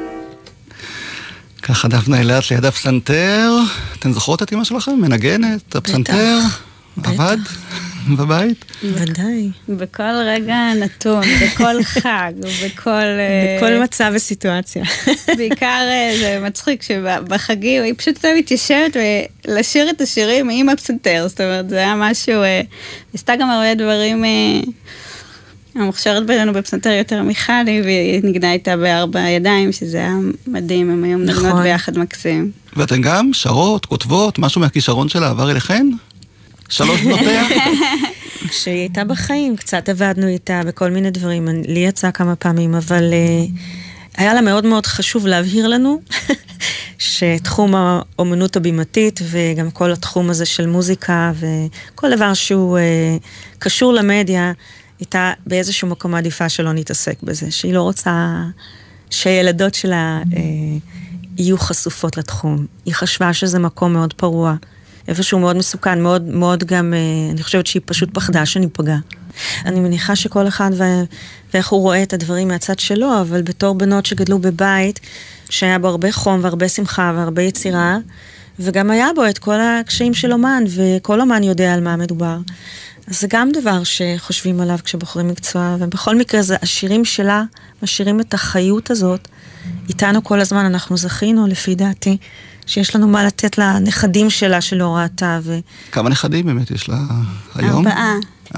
ככה דפנה אילת ליד הפסנתר. אתן זוכרות את אמא שלכם? מנגנת? הפסנתר? עבד? בבית?
ודאי.
בכל רגע נתון, בכל חג, ובכל...
בכל מצב וסיטואציה.
בעיקר זה מצחיק שבחגים היא פשוט מתיישבת ולשיר את השירים עם הפסנתר, זאת אומרת, זה היה משהו... עשתה גם הרבה דברים... המוכשרת בינינו בפסנתר יותר מיכלי, והיא נגנה איתה בארבע ידיים, שזה היה מדהים, הם היום נגנות ביחד מקסים.
ואתן גם שרות, כותבות, משהו מהכישרון שלה עבר אליכן? שלוש בנותיה?
כשהיא הייתה בחיים, קצת עבדנו איתה בכל מיני דברים, לי יצא כמה פעמים, אבל uh, היה לה מאוד מאוד חשוב להבהיר לנו, שתחום האומנות הבימתית, וגם כל התחום הזה של מוזיקה, וכל דבר שהוא uh, קשור למדיה, הייתה באיזשהו מקום עדיפה שלא נתעסק בזה, שהיא לא רוצה שהילדות שלה uh, יהיו חשופות לתחום. היא חשבה שזה מקום מאוד פרוע, איפשהו מאוד מסוכן, מאוד, מאוד גם, אני חושבת שהיא פשוט פחדה שניפגע. אני מניחה שכל אחד ו... ואיך הוא רואה את הדברים מהצד שלו, אבל בתור בנות שגדלו בבית, שהיה בו הרבה חום והרבה שמחה והרבה יצירה, וגם היה בו את כל הקשיים של אומן, וכל אומן יודע על מה מדובר. אז זה גם דבר שחושבים עליו כשבוחרים מקצוע, ובכל מקרה זה השירים שלה, משאירים את החיות הזאת, איתנו כל הזמן אנחנו זכינו, לפי דעתי, שיש לנו מה לתת לנכדים שלה שלא ראתה. ו...
כמה נכדים באמת יש לה היום?
ארבעה.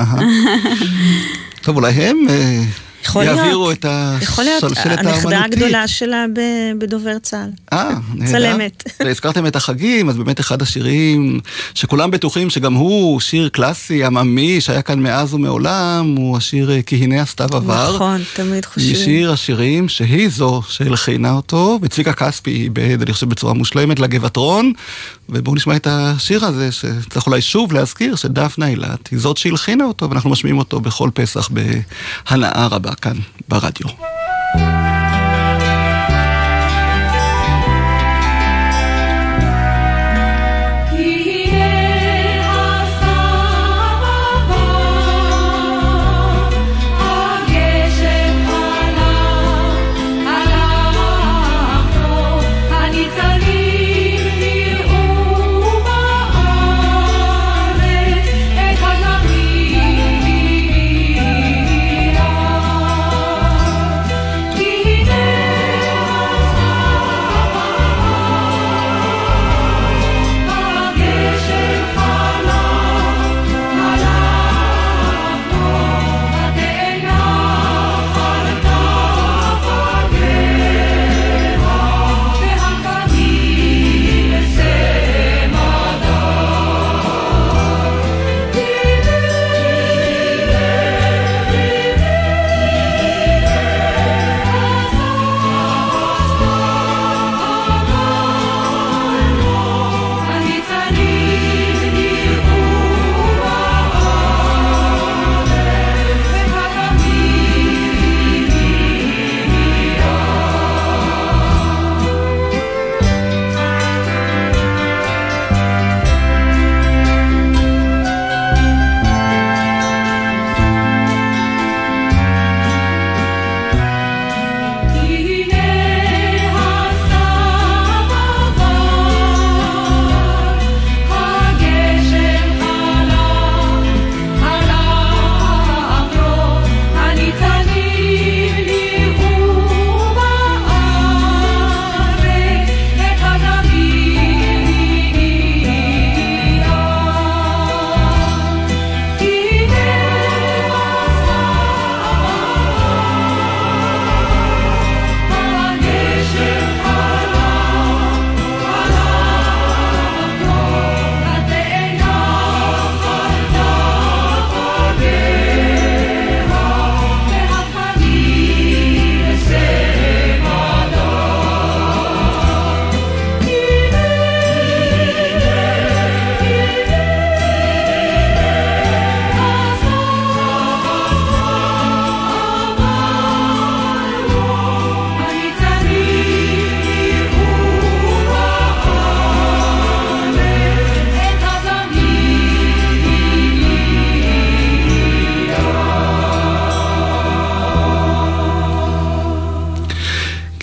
טוב, אולי הם יעבירו את השלשלת האמנותית.
הנכדה הגדולה שלה בדובר צה"ל.
אה, נהדר.
צלמת.
והזכרתם את החגים, אז באמת אחד השירים שכולם בטוחים שגם הוא שיר קלאסי, עממי, שהיה כאן מאז ומעולם, הוא השיר כי הנה הסתיו עבר.
נכון, תמיד חושב.
משיר השירים שהיא זו שהלחינה אותו, וצביקה כספי איבד, אני חושב בצורה מושלמת, לגבעתרון, ובואו נשמע את השיר הזה, שצריך אולי שוב להזכיר שדפנה אילת היא זאת שהלחינה אותו, ואנחנו משמיעים אותו בכל פסח בהנאה רבה כאן ברדיו.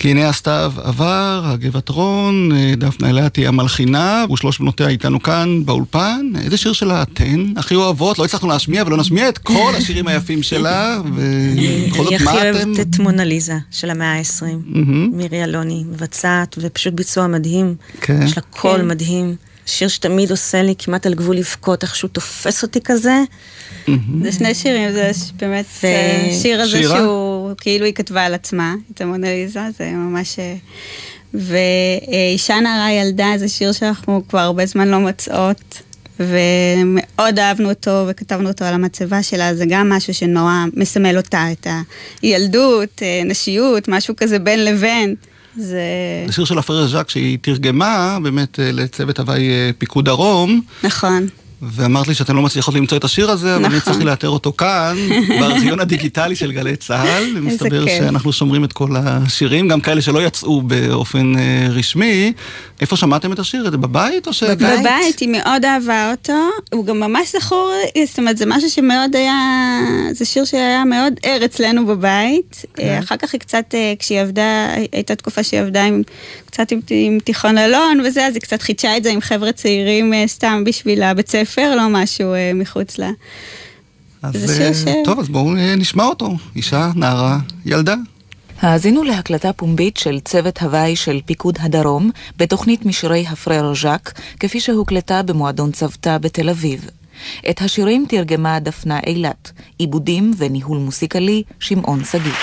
כי הנה הסתיו עבר, הגבעת רון, דפנה אילת היא המלחינה, ושלוש בנותיה איתנו כאן באולפן. איזה שיר שלה אתן הכי אוהבות? לא הצלחנו להשמיע ולא נשמיע את כל השירים היפים שלה, ובכל זאת
אני
מה
הכי
אתם?
אוהבת את מונליזה של המאה ה-עשרים. מירי אלוני מבצעת, ופשוט ביצוע מדהים. יש לה קול מדהים. שיר שתמיד עושה לי כמעט על גבול לבכות, איך שהוא תופס אותי כזה.
זה שני שירים, זה באמת שיר הזה שהוא, כאילו היא כתבה על עצמה, את המונליזה, זה ממש... ואישה נערה ילדה, זה שיר שאנחנו כבר הרבה זמן לא מצאות, ומאוד אהבנו אותו, וכתבנו אותו על המצבה שלה, זה גם משהו שנורא מסמל אותה, את הילדות, נשיות, משהו כזה בין לבין. זה...
זה שיר של אפרר ז'ק שהיא תרגמה באמת לצוות הוואי פיקוד דרום.
נכון.
ואמרת לי שאתם לא מצליחות למצוא את השיר הזה, אבל אני צריך לאתר אותו כאן, בארכיון הדיגיטלי של גלי צהל, ומסתבר שאנחנו שומרים את כל השירים, גם כאלה שלא יצאו באופן רשמי. איפה שמעתם את השיר? זה בבית או שבבית?
בבית, היא מאוד אהבה אותו, הוא גם ממש זכור, זאת אומרת, זה משהו שמאוד היה, זה שיר שהיה מאוד ער אצלנו בבית, אחר כך היא קצת, כשהיא עבדה, הייתה תקופה שהיא עבדה עם, קצת עם, עם תיכון אלון וזה, אז היא קצת חידשה את זה עם חבר'ה צעירים סתם בשביל הבית ספר, לא משהו מחוץ לה.
אז ש... טוב, אז בואו נשמע אותו. אישה, נערה, ילדה.
האזינו להקלטה פומבית של צוות הוואי של פיקוד הדרום בתוכנית משירי הפרר ז'ק, כפי שהוקלטה במועדון צוותא בתל אביב. את השירים תרגמה דפנה אילת, עיבודים וניהול מוסיקלי שמעון שגיא.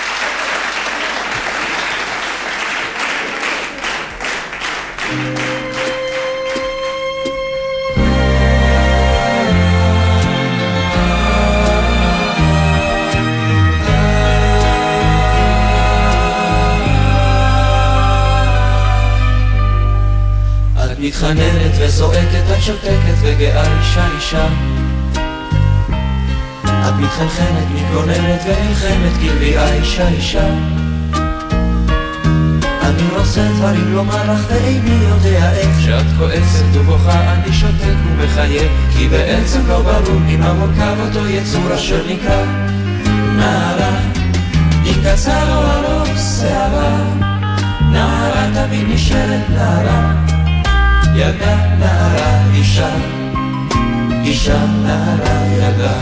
מתחננת וזועקת, את שותקת וגאה אישה אישה. את מתחנחנת, מתגוננת ונלחמת, כלביאה אישה אישה. אני רוצה דברים לומר לך ואיני יודע איך. כשאת כועסת ובוכה אני שותק ומחייב, כי בעצם לא ברור ממה מורכב אותו יצור אשר נקרא נערה. אם קצר או ארוך שערה, נערה תמיד נשארת נערה. ילדה, נערה, אישה, אישה, נערה, ילדה.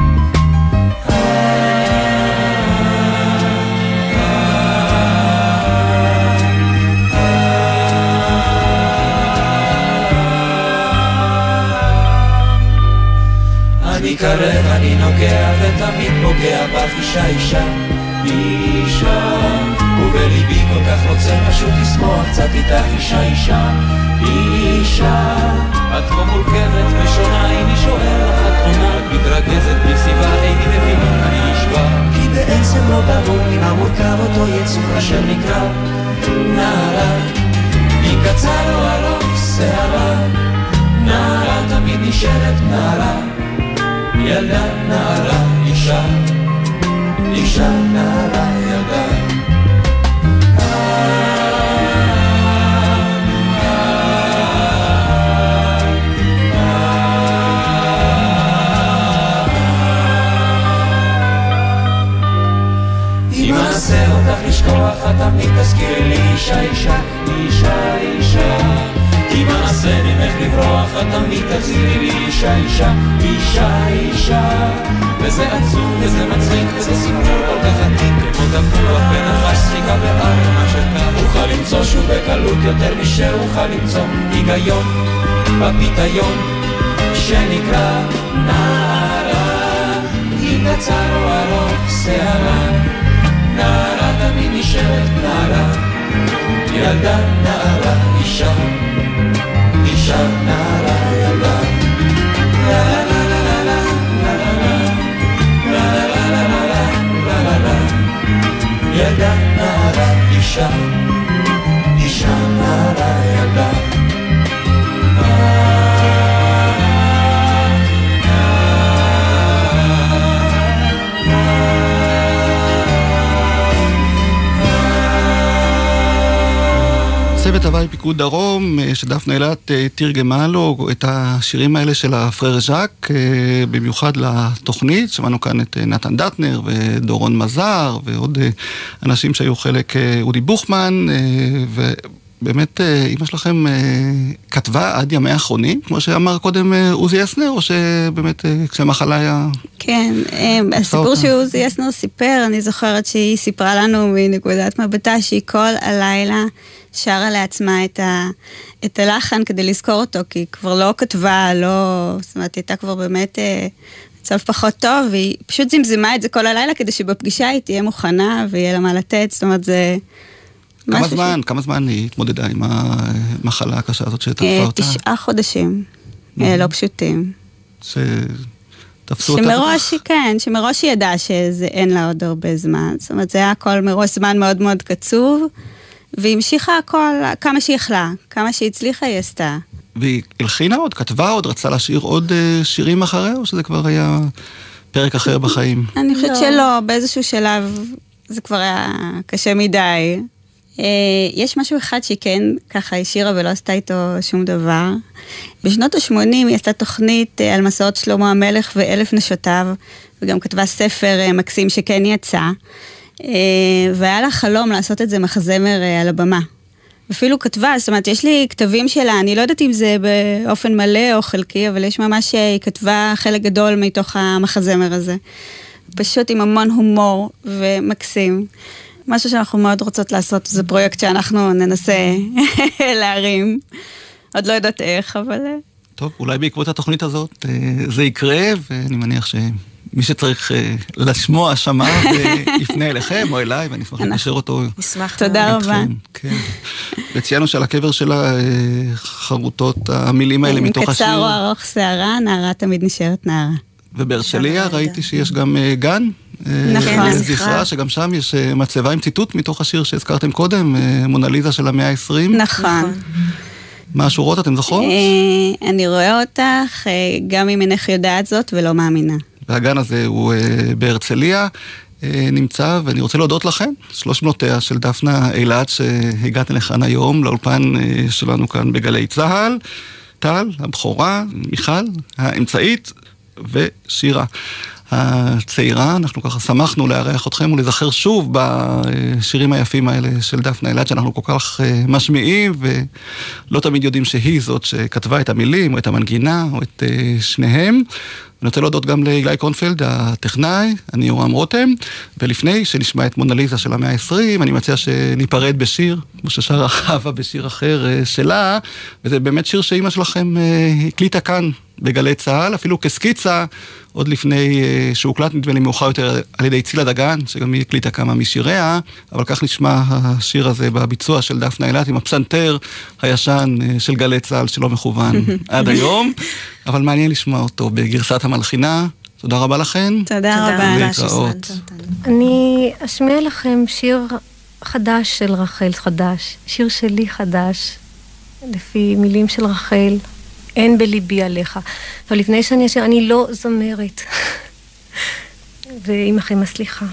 אני קרב, אני נוגע ותמיד פוגע בך, אישה, אישה, אישה. ובליבי כל כך רוצה פשוט לשמוח קצת איתך, אישה, אישה. אישה, את כמו מורכבת ושונה, איני שואל לך, את עונה, את מתרגזת מסיבה, איני מבין, אני נשבע. כי בעצם לא ברור ממה מורכב אותו יצור אשר נקרא נערה. אם קצר או ארוך שערה, נערה תמיד נשארת נערה. ילדה, נערה, אישה, אישה, נערה, ילדה. עשה אותך לשכוח, את תמיד תזכירי לי אישה, אישה, אישה, אישה. אם אנסה ממך לברוח, את תמיד תזכירי לי אישה, אישה, אישה, אישה. וזה עצוב וזה מצחיק וזה סיפור כל כך עתיק, כמו תפוח ונחש שחיקה בארמה של כך. אוכל למצוא שוב בקלות יותר משאוכל למצוא היגיון בפיתיון שנקרא נערה. אם קצר או ארוך שערה, נערה תמיד נשארת נערה. ילדה, נערה, אישה, אישה, נערה, ילדה. לה לה לה לה לה לה לה לה לה לה לה לה. ילדה, נערה, אישה, אישה, נערה, ילדה.
צוות הוואי פיקוד דרום, שדפנה אילת תרגמה לו את השירים האלה של הפרר ז'אק, במיוחד לתוכנית. שמענו כאן את נתן דטנר ודורון מזר ועוד אנשים שהיו חלק, אודי בוכמן, ובאמת אמא שלכם כתבה עד ימי האחרונים, כמו שאמר קודם עוזי אסנר, או שבאמת כשהמחלה היה...
כן, הסיפור שעוזי אסנר סיפר, אני זוכרת שהיא סיפרה לנו מנקודת מבטה שהיא כל הלילה שרה לעצמה את, ה, את הלחן כדי לזכור אותו, כי היא כבר לא כתבה, לא, זאת אומרת, הייתה כבר באמת מצב פחות טוב, והיא פשוט זמזמה את זה כל הלילה כדי שבפגישה היא תהיה מוכנה ויהיה לה מה לתת, זאת אומרת, זה...
כמה זמן, ש... כמה זמן היא התמודדה עם המחלה הקשה הזאת שתקפה אותה?
תשעה חודשים, לא פשוטים.
שתפסו אותה?
שמראש, כן, שמראש היא ידעה שאין לה עוד הרבה זמן, זאת אומרת, זה היה הכל מראש זמן מאוד מאוד קצוב, והיא המשיכה הכל כמה שהיא יכלה, כמה שהיא הצליחה היא עשתה.
והיא הלחינה עוד, כתבה עוד, רצה לשיר עוד שירים אחריה, או שזה כבר היה פרק אחר בחיים?
אני חושבת שלא, באיזשהו שלב זה כבר היה קשה מדי. יש משהו אחד שהיא כן ככה השאירה ולא עשתה איתו שום דבר. בשנות ה-שמונים היא עשתה תוכנית על מסעות שלמה המלך ואלף נשותיו, וגם כתבה ספר מקסים שכן יצא. והיה לה חלום לעשות את זה מחזמר על הבמה. אפילו כתבה, זאת אומרת, יש לי כתבים שלה, אני לא יודעת אם זה באופן מלא או חלקי, אבל יש ממש שהיא כתבה חלק גדול מתוך המחזמר הזה. פשוט עם המון הומור ומקסים. משהו שאנחנו מאוד רוצות לעשות, זה פרויקט שאנחנו ננסה להרים. עוד לא יודעת איך, אבל...
טוב, אולי בעקבות התוכנית הזאת זה יקרה, ואני מניח ש... מי שצריך לשמוע שמע ויפנה אליכם או אליי, ואני אשמח לקשר אותו.
נשמח. תודה רבה.
כן. וציינו שעל הקבר שלה חרוטות המילים האלה מתוך השיר.
קצר או ארוך שערה, נערה תמיד נשארת נערה.
ובהרצליה ראיתי שיש גם גן.
נכון.
זכרה, שגם שם יש מצבה עם ציטוט מתוך השיר שהזכרתם קודם, מונליזה של המאה ה-עשרים.
נכון.
מה השורות אתם זוכרות?
אני רואה אותך, גם אם אינך יודעת זאת ולא מאמינה.
והגן הזה הוא בהרצליה נמצא, ואני רוצה להודות לכם, שלוש בנותיה של דפנה אילת שהגעתם לכאן היום, לאולפן שלנו כאן בגלי צהל, טל, הבכורה, מיכל, האמצעית ושירה. הצעירה, אנחנו ככה שמחנו לארח אתכם ולזכר שוב בשירים היפים האלה של דפנה אילת, שאנחנו כל כך משמיעים, ולא תמיד יודעים שהיא זאת שכתבה את המילים, או את המנגינה, או את שניהם. אני רוצה להודות גם לאילי קונפלד, הטכנאי, אני יורם רותם, ולפני שנשמע את מונליזה של המאה ה-עשרים, אני מציע שניפרד בשיר, כמו ששרה חווה בשיר אחר שלה, וזה באמת שיר שאימא שלכם הקליטה כאן בגלי צהל, אפילו כסקיצה, עוד לפני שהוקלט נדמה לי מאוחר יותר על ידי צילה דגן, שגם היא הקליטה כמה משיריה, אבל כך נשמע השיר הזה בביצוע של דפנה אילת, עם הפסנתר הישן של גלי צהל שלא מכוון עד היום, אבל מעניין לשמוע אותו בגרסת המלחינה. תודה רבה לכן.
תודה רבה.
להתראות.
אני אשמיע לכם שיר חדש של רחל חדש, שיר שלי חדש, לפי מילים של רחל. אין בליבי עליך. אבל לפני שאני אשאר, אני לא זמרת. ועמכם הסליחה.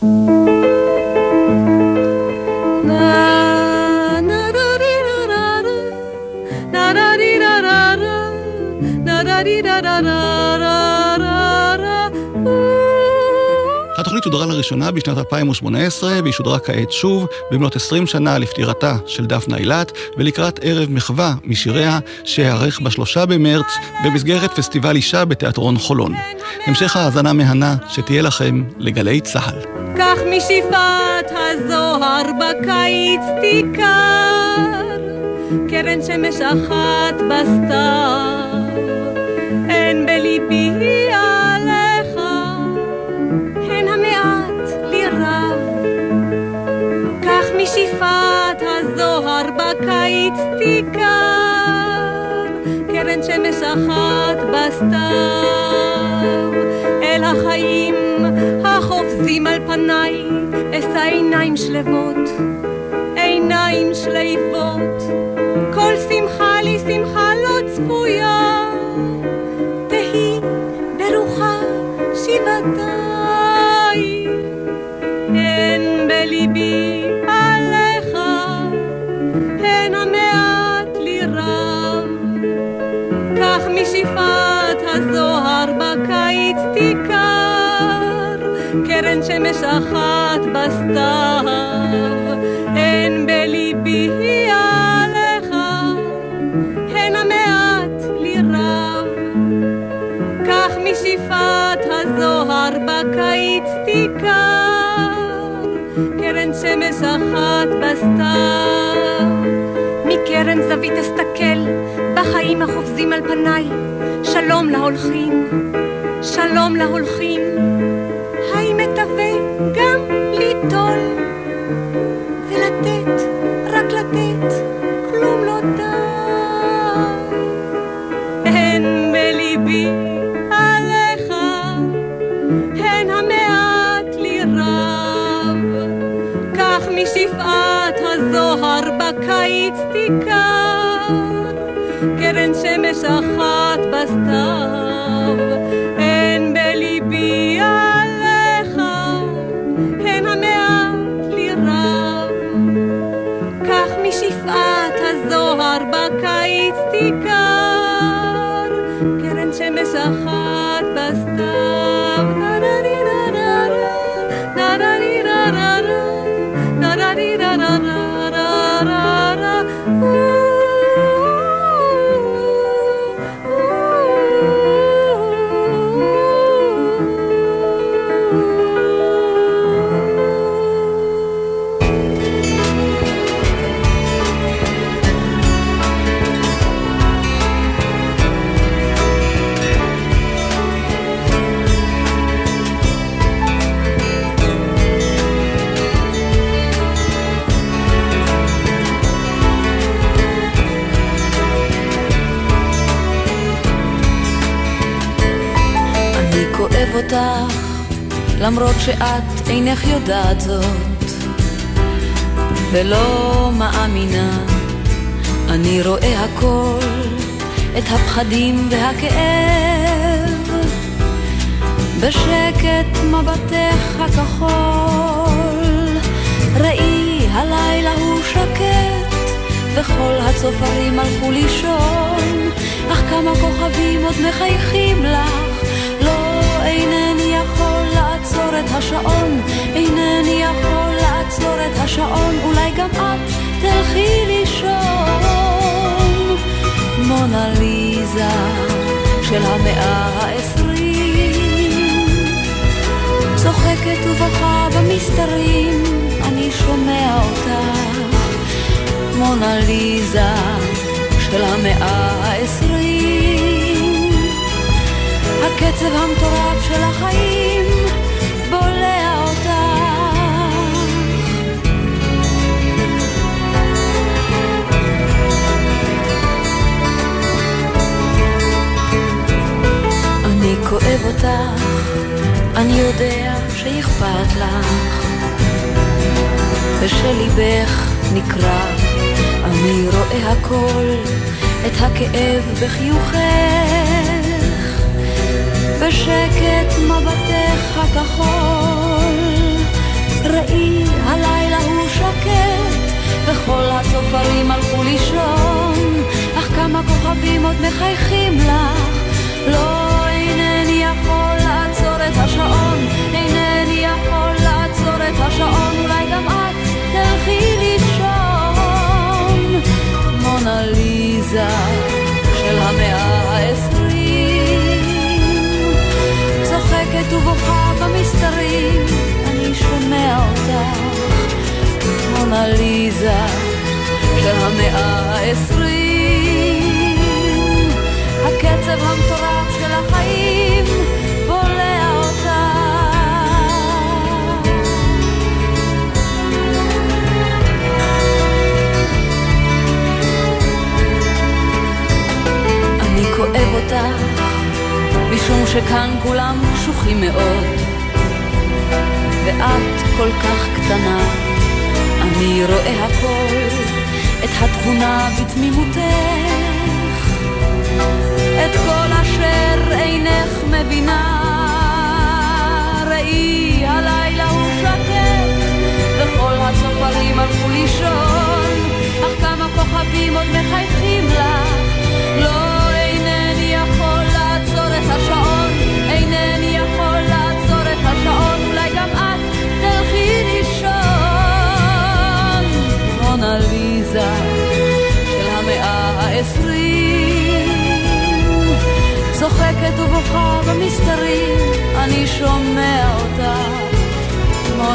התוכנית שודרה לראשונה בשנת אלפיים ושמונה עשרה, והיא שודרה כעת שוב במלאת עשרים שנה לפטירתה של דפנה אילת, ולקראת ערב מחווה משיריה שיערך בשלושה במרץ במסגרת פסטיבל אישה בתיאטרון חולון. המשך האזנה מהנה שתהיה לכם לגלי צהל.
כך משפעת הזוהר בקיץ תיקר, קרן שמש אחת בסתר, אין בליבי עליך, הן המעט לי רב. כך משפעת הזוהר בקיץ תיקר, קרן שמש אחת בסתר, אל החיים החופזים על פניי אשא עיניים שלבות, עיניים שליבות. כל שמחה לי שמחה לא צפויה, תהי ברוחה שבעתיים. אין בליבי עליך, הן המ שמש אחת בסתיו, אין בליבי עליך, הן המעט לי רב, כך משפעת הזוהר בקיץ תיקר, קרן שמש אחת בסתיו. מקרן זווית אסתכל, בחיים החופזים על פניי, שלום להולכים, שלום להולכים, היי מתווה גם ליטול, ולתת, רק לתת, כלום לא די. הן בליבי עליך, הן המעט לי רב, כך משפעת הזוהר בקיץ תיקר, קרן שמש אחת בסתיו, אין בליבי עליך, הן המעט לי רב, כך משפעת הזוהר בקיץ תיקר, קרן שמש אחת בסתיו.
אוהב אותך, למרות שאת אינך יודעת זאת, ולא מאמינה. אני רואה הכל, את הפחדים והכאב, בשקט מבטך הכחול. ראי, הלילה הוא שקט, וכל הצופרים הלכו לישון, אך כמה כוכבים עוד מחייכים לך. לא, אינני יכול לעצור את השעון, אינני יכול לעצור את השעון, אולי גם את תלכי לישון. מונה ליזה של המאה העשרים, צוחקת ובוכה במסתרים, אני שומע אותך. מונה ליזה של המאה העשרים, הקצב המטורף של החיים בולע אותך. אני כואב אותך, אני יודע שאכפת לך, ושליבך נקרא. אני רואה הכל, את הכאב בחיוכך, בשקט מבטך הכחול. ראי, הלילה הוא שקט, וכל הצופרים הלכו לישון, אך כמה כוכבים עוד מחייכים לך. לא, אינני יכול לעצור את השעון, אינני יכול לעצור את השעון, אולי גם את תלכי לישון. מונה ליזה של המאה העשרים, צוחקת ובוכה במסתרים, אני שומע אותך. מונה ליזה של המאה העשרים, הקצב המטורף של החיים בולע אותך. אני כואב אותך, משום שכאן כולם קשוחים מאוד, ואת כל כך קטנה. אני רואה הכל, את התבונה בתמימותך, את כל אשר אינך מבינה. ראי, הלילה הוא שקט, וכל הצופרים הלכו לישון, אך כמה כוכבים עוד מחייכים לך. לא, אינני יכול לעצור את השעון, אינני יכול לעצור את השעון, אולי גם את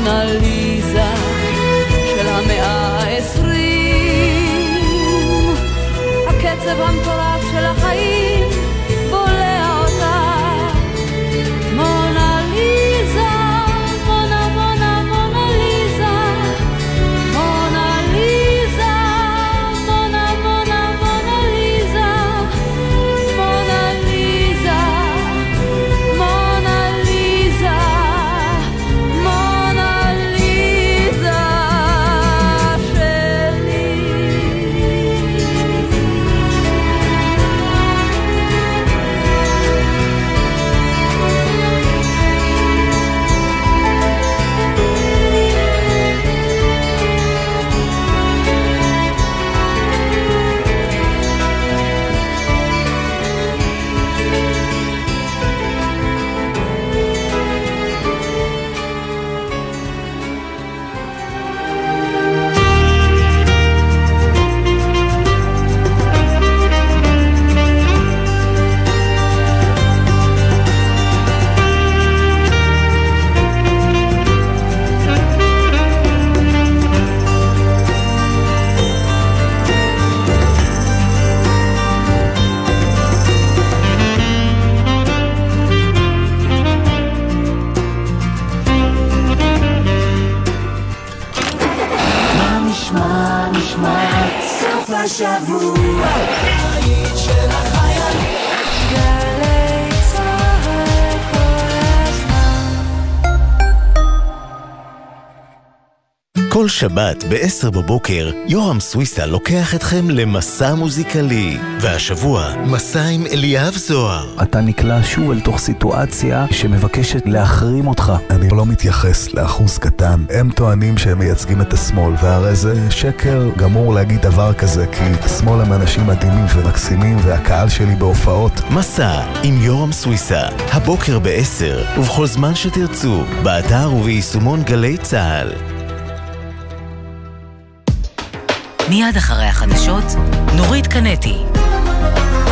מונה ליזה של המאה העשרים. הקצב המטורף של החיים בולע אותה. מונה ליזה, מונה מונה מונה ליזה, מונה ליזה, מונה מונה מונה ליזה, מונה ליזה, מונה ליזה, מונה ליזה שלי.
נשמע, נשמע, סוף השבוע, היית של החיילים. גלי צהל כל הזמן.
כל שבת ב-עשר בבוקר, יורם סוויסה לוקח אתכם למסע מוזיקלי. והשבוע, מסע עם אליאב זוהר.
אתה נקלע שוב אל תוך סיטואציה שמבקשת להחרים אותך.
אני לא מתייחס לאחוז קטן. הם טוענים שהם מייצגים את השמאל, והרי זה שקר גמור להגיד דבר כזה, כי השמאל הם אנשים מדהימים ומקסימים, והקהל שלי בהופעות.
מסע עם יורם סוויסה, הבוקר ב-עשר, ובכל זמן שתרצו, באתר וביישומון גלי צהל.
מיד אחרי החדשות, נורית קנטי.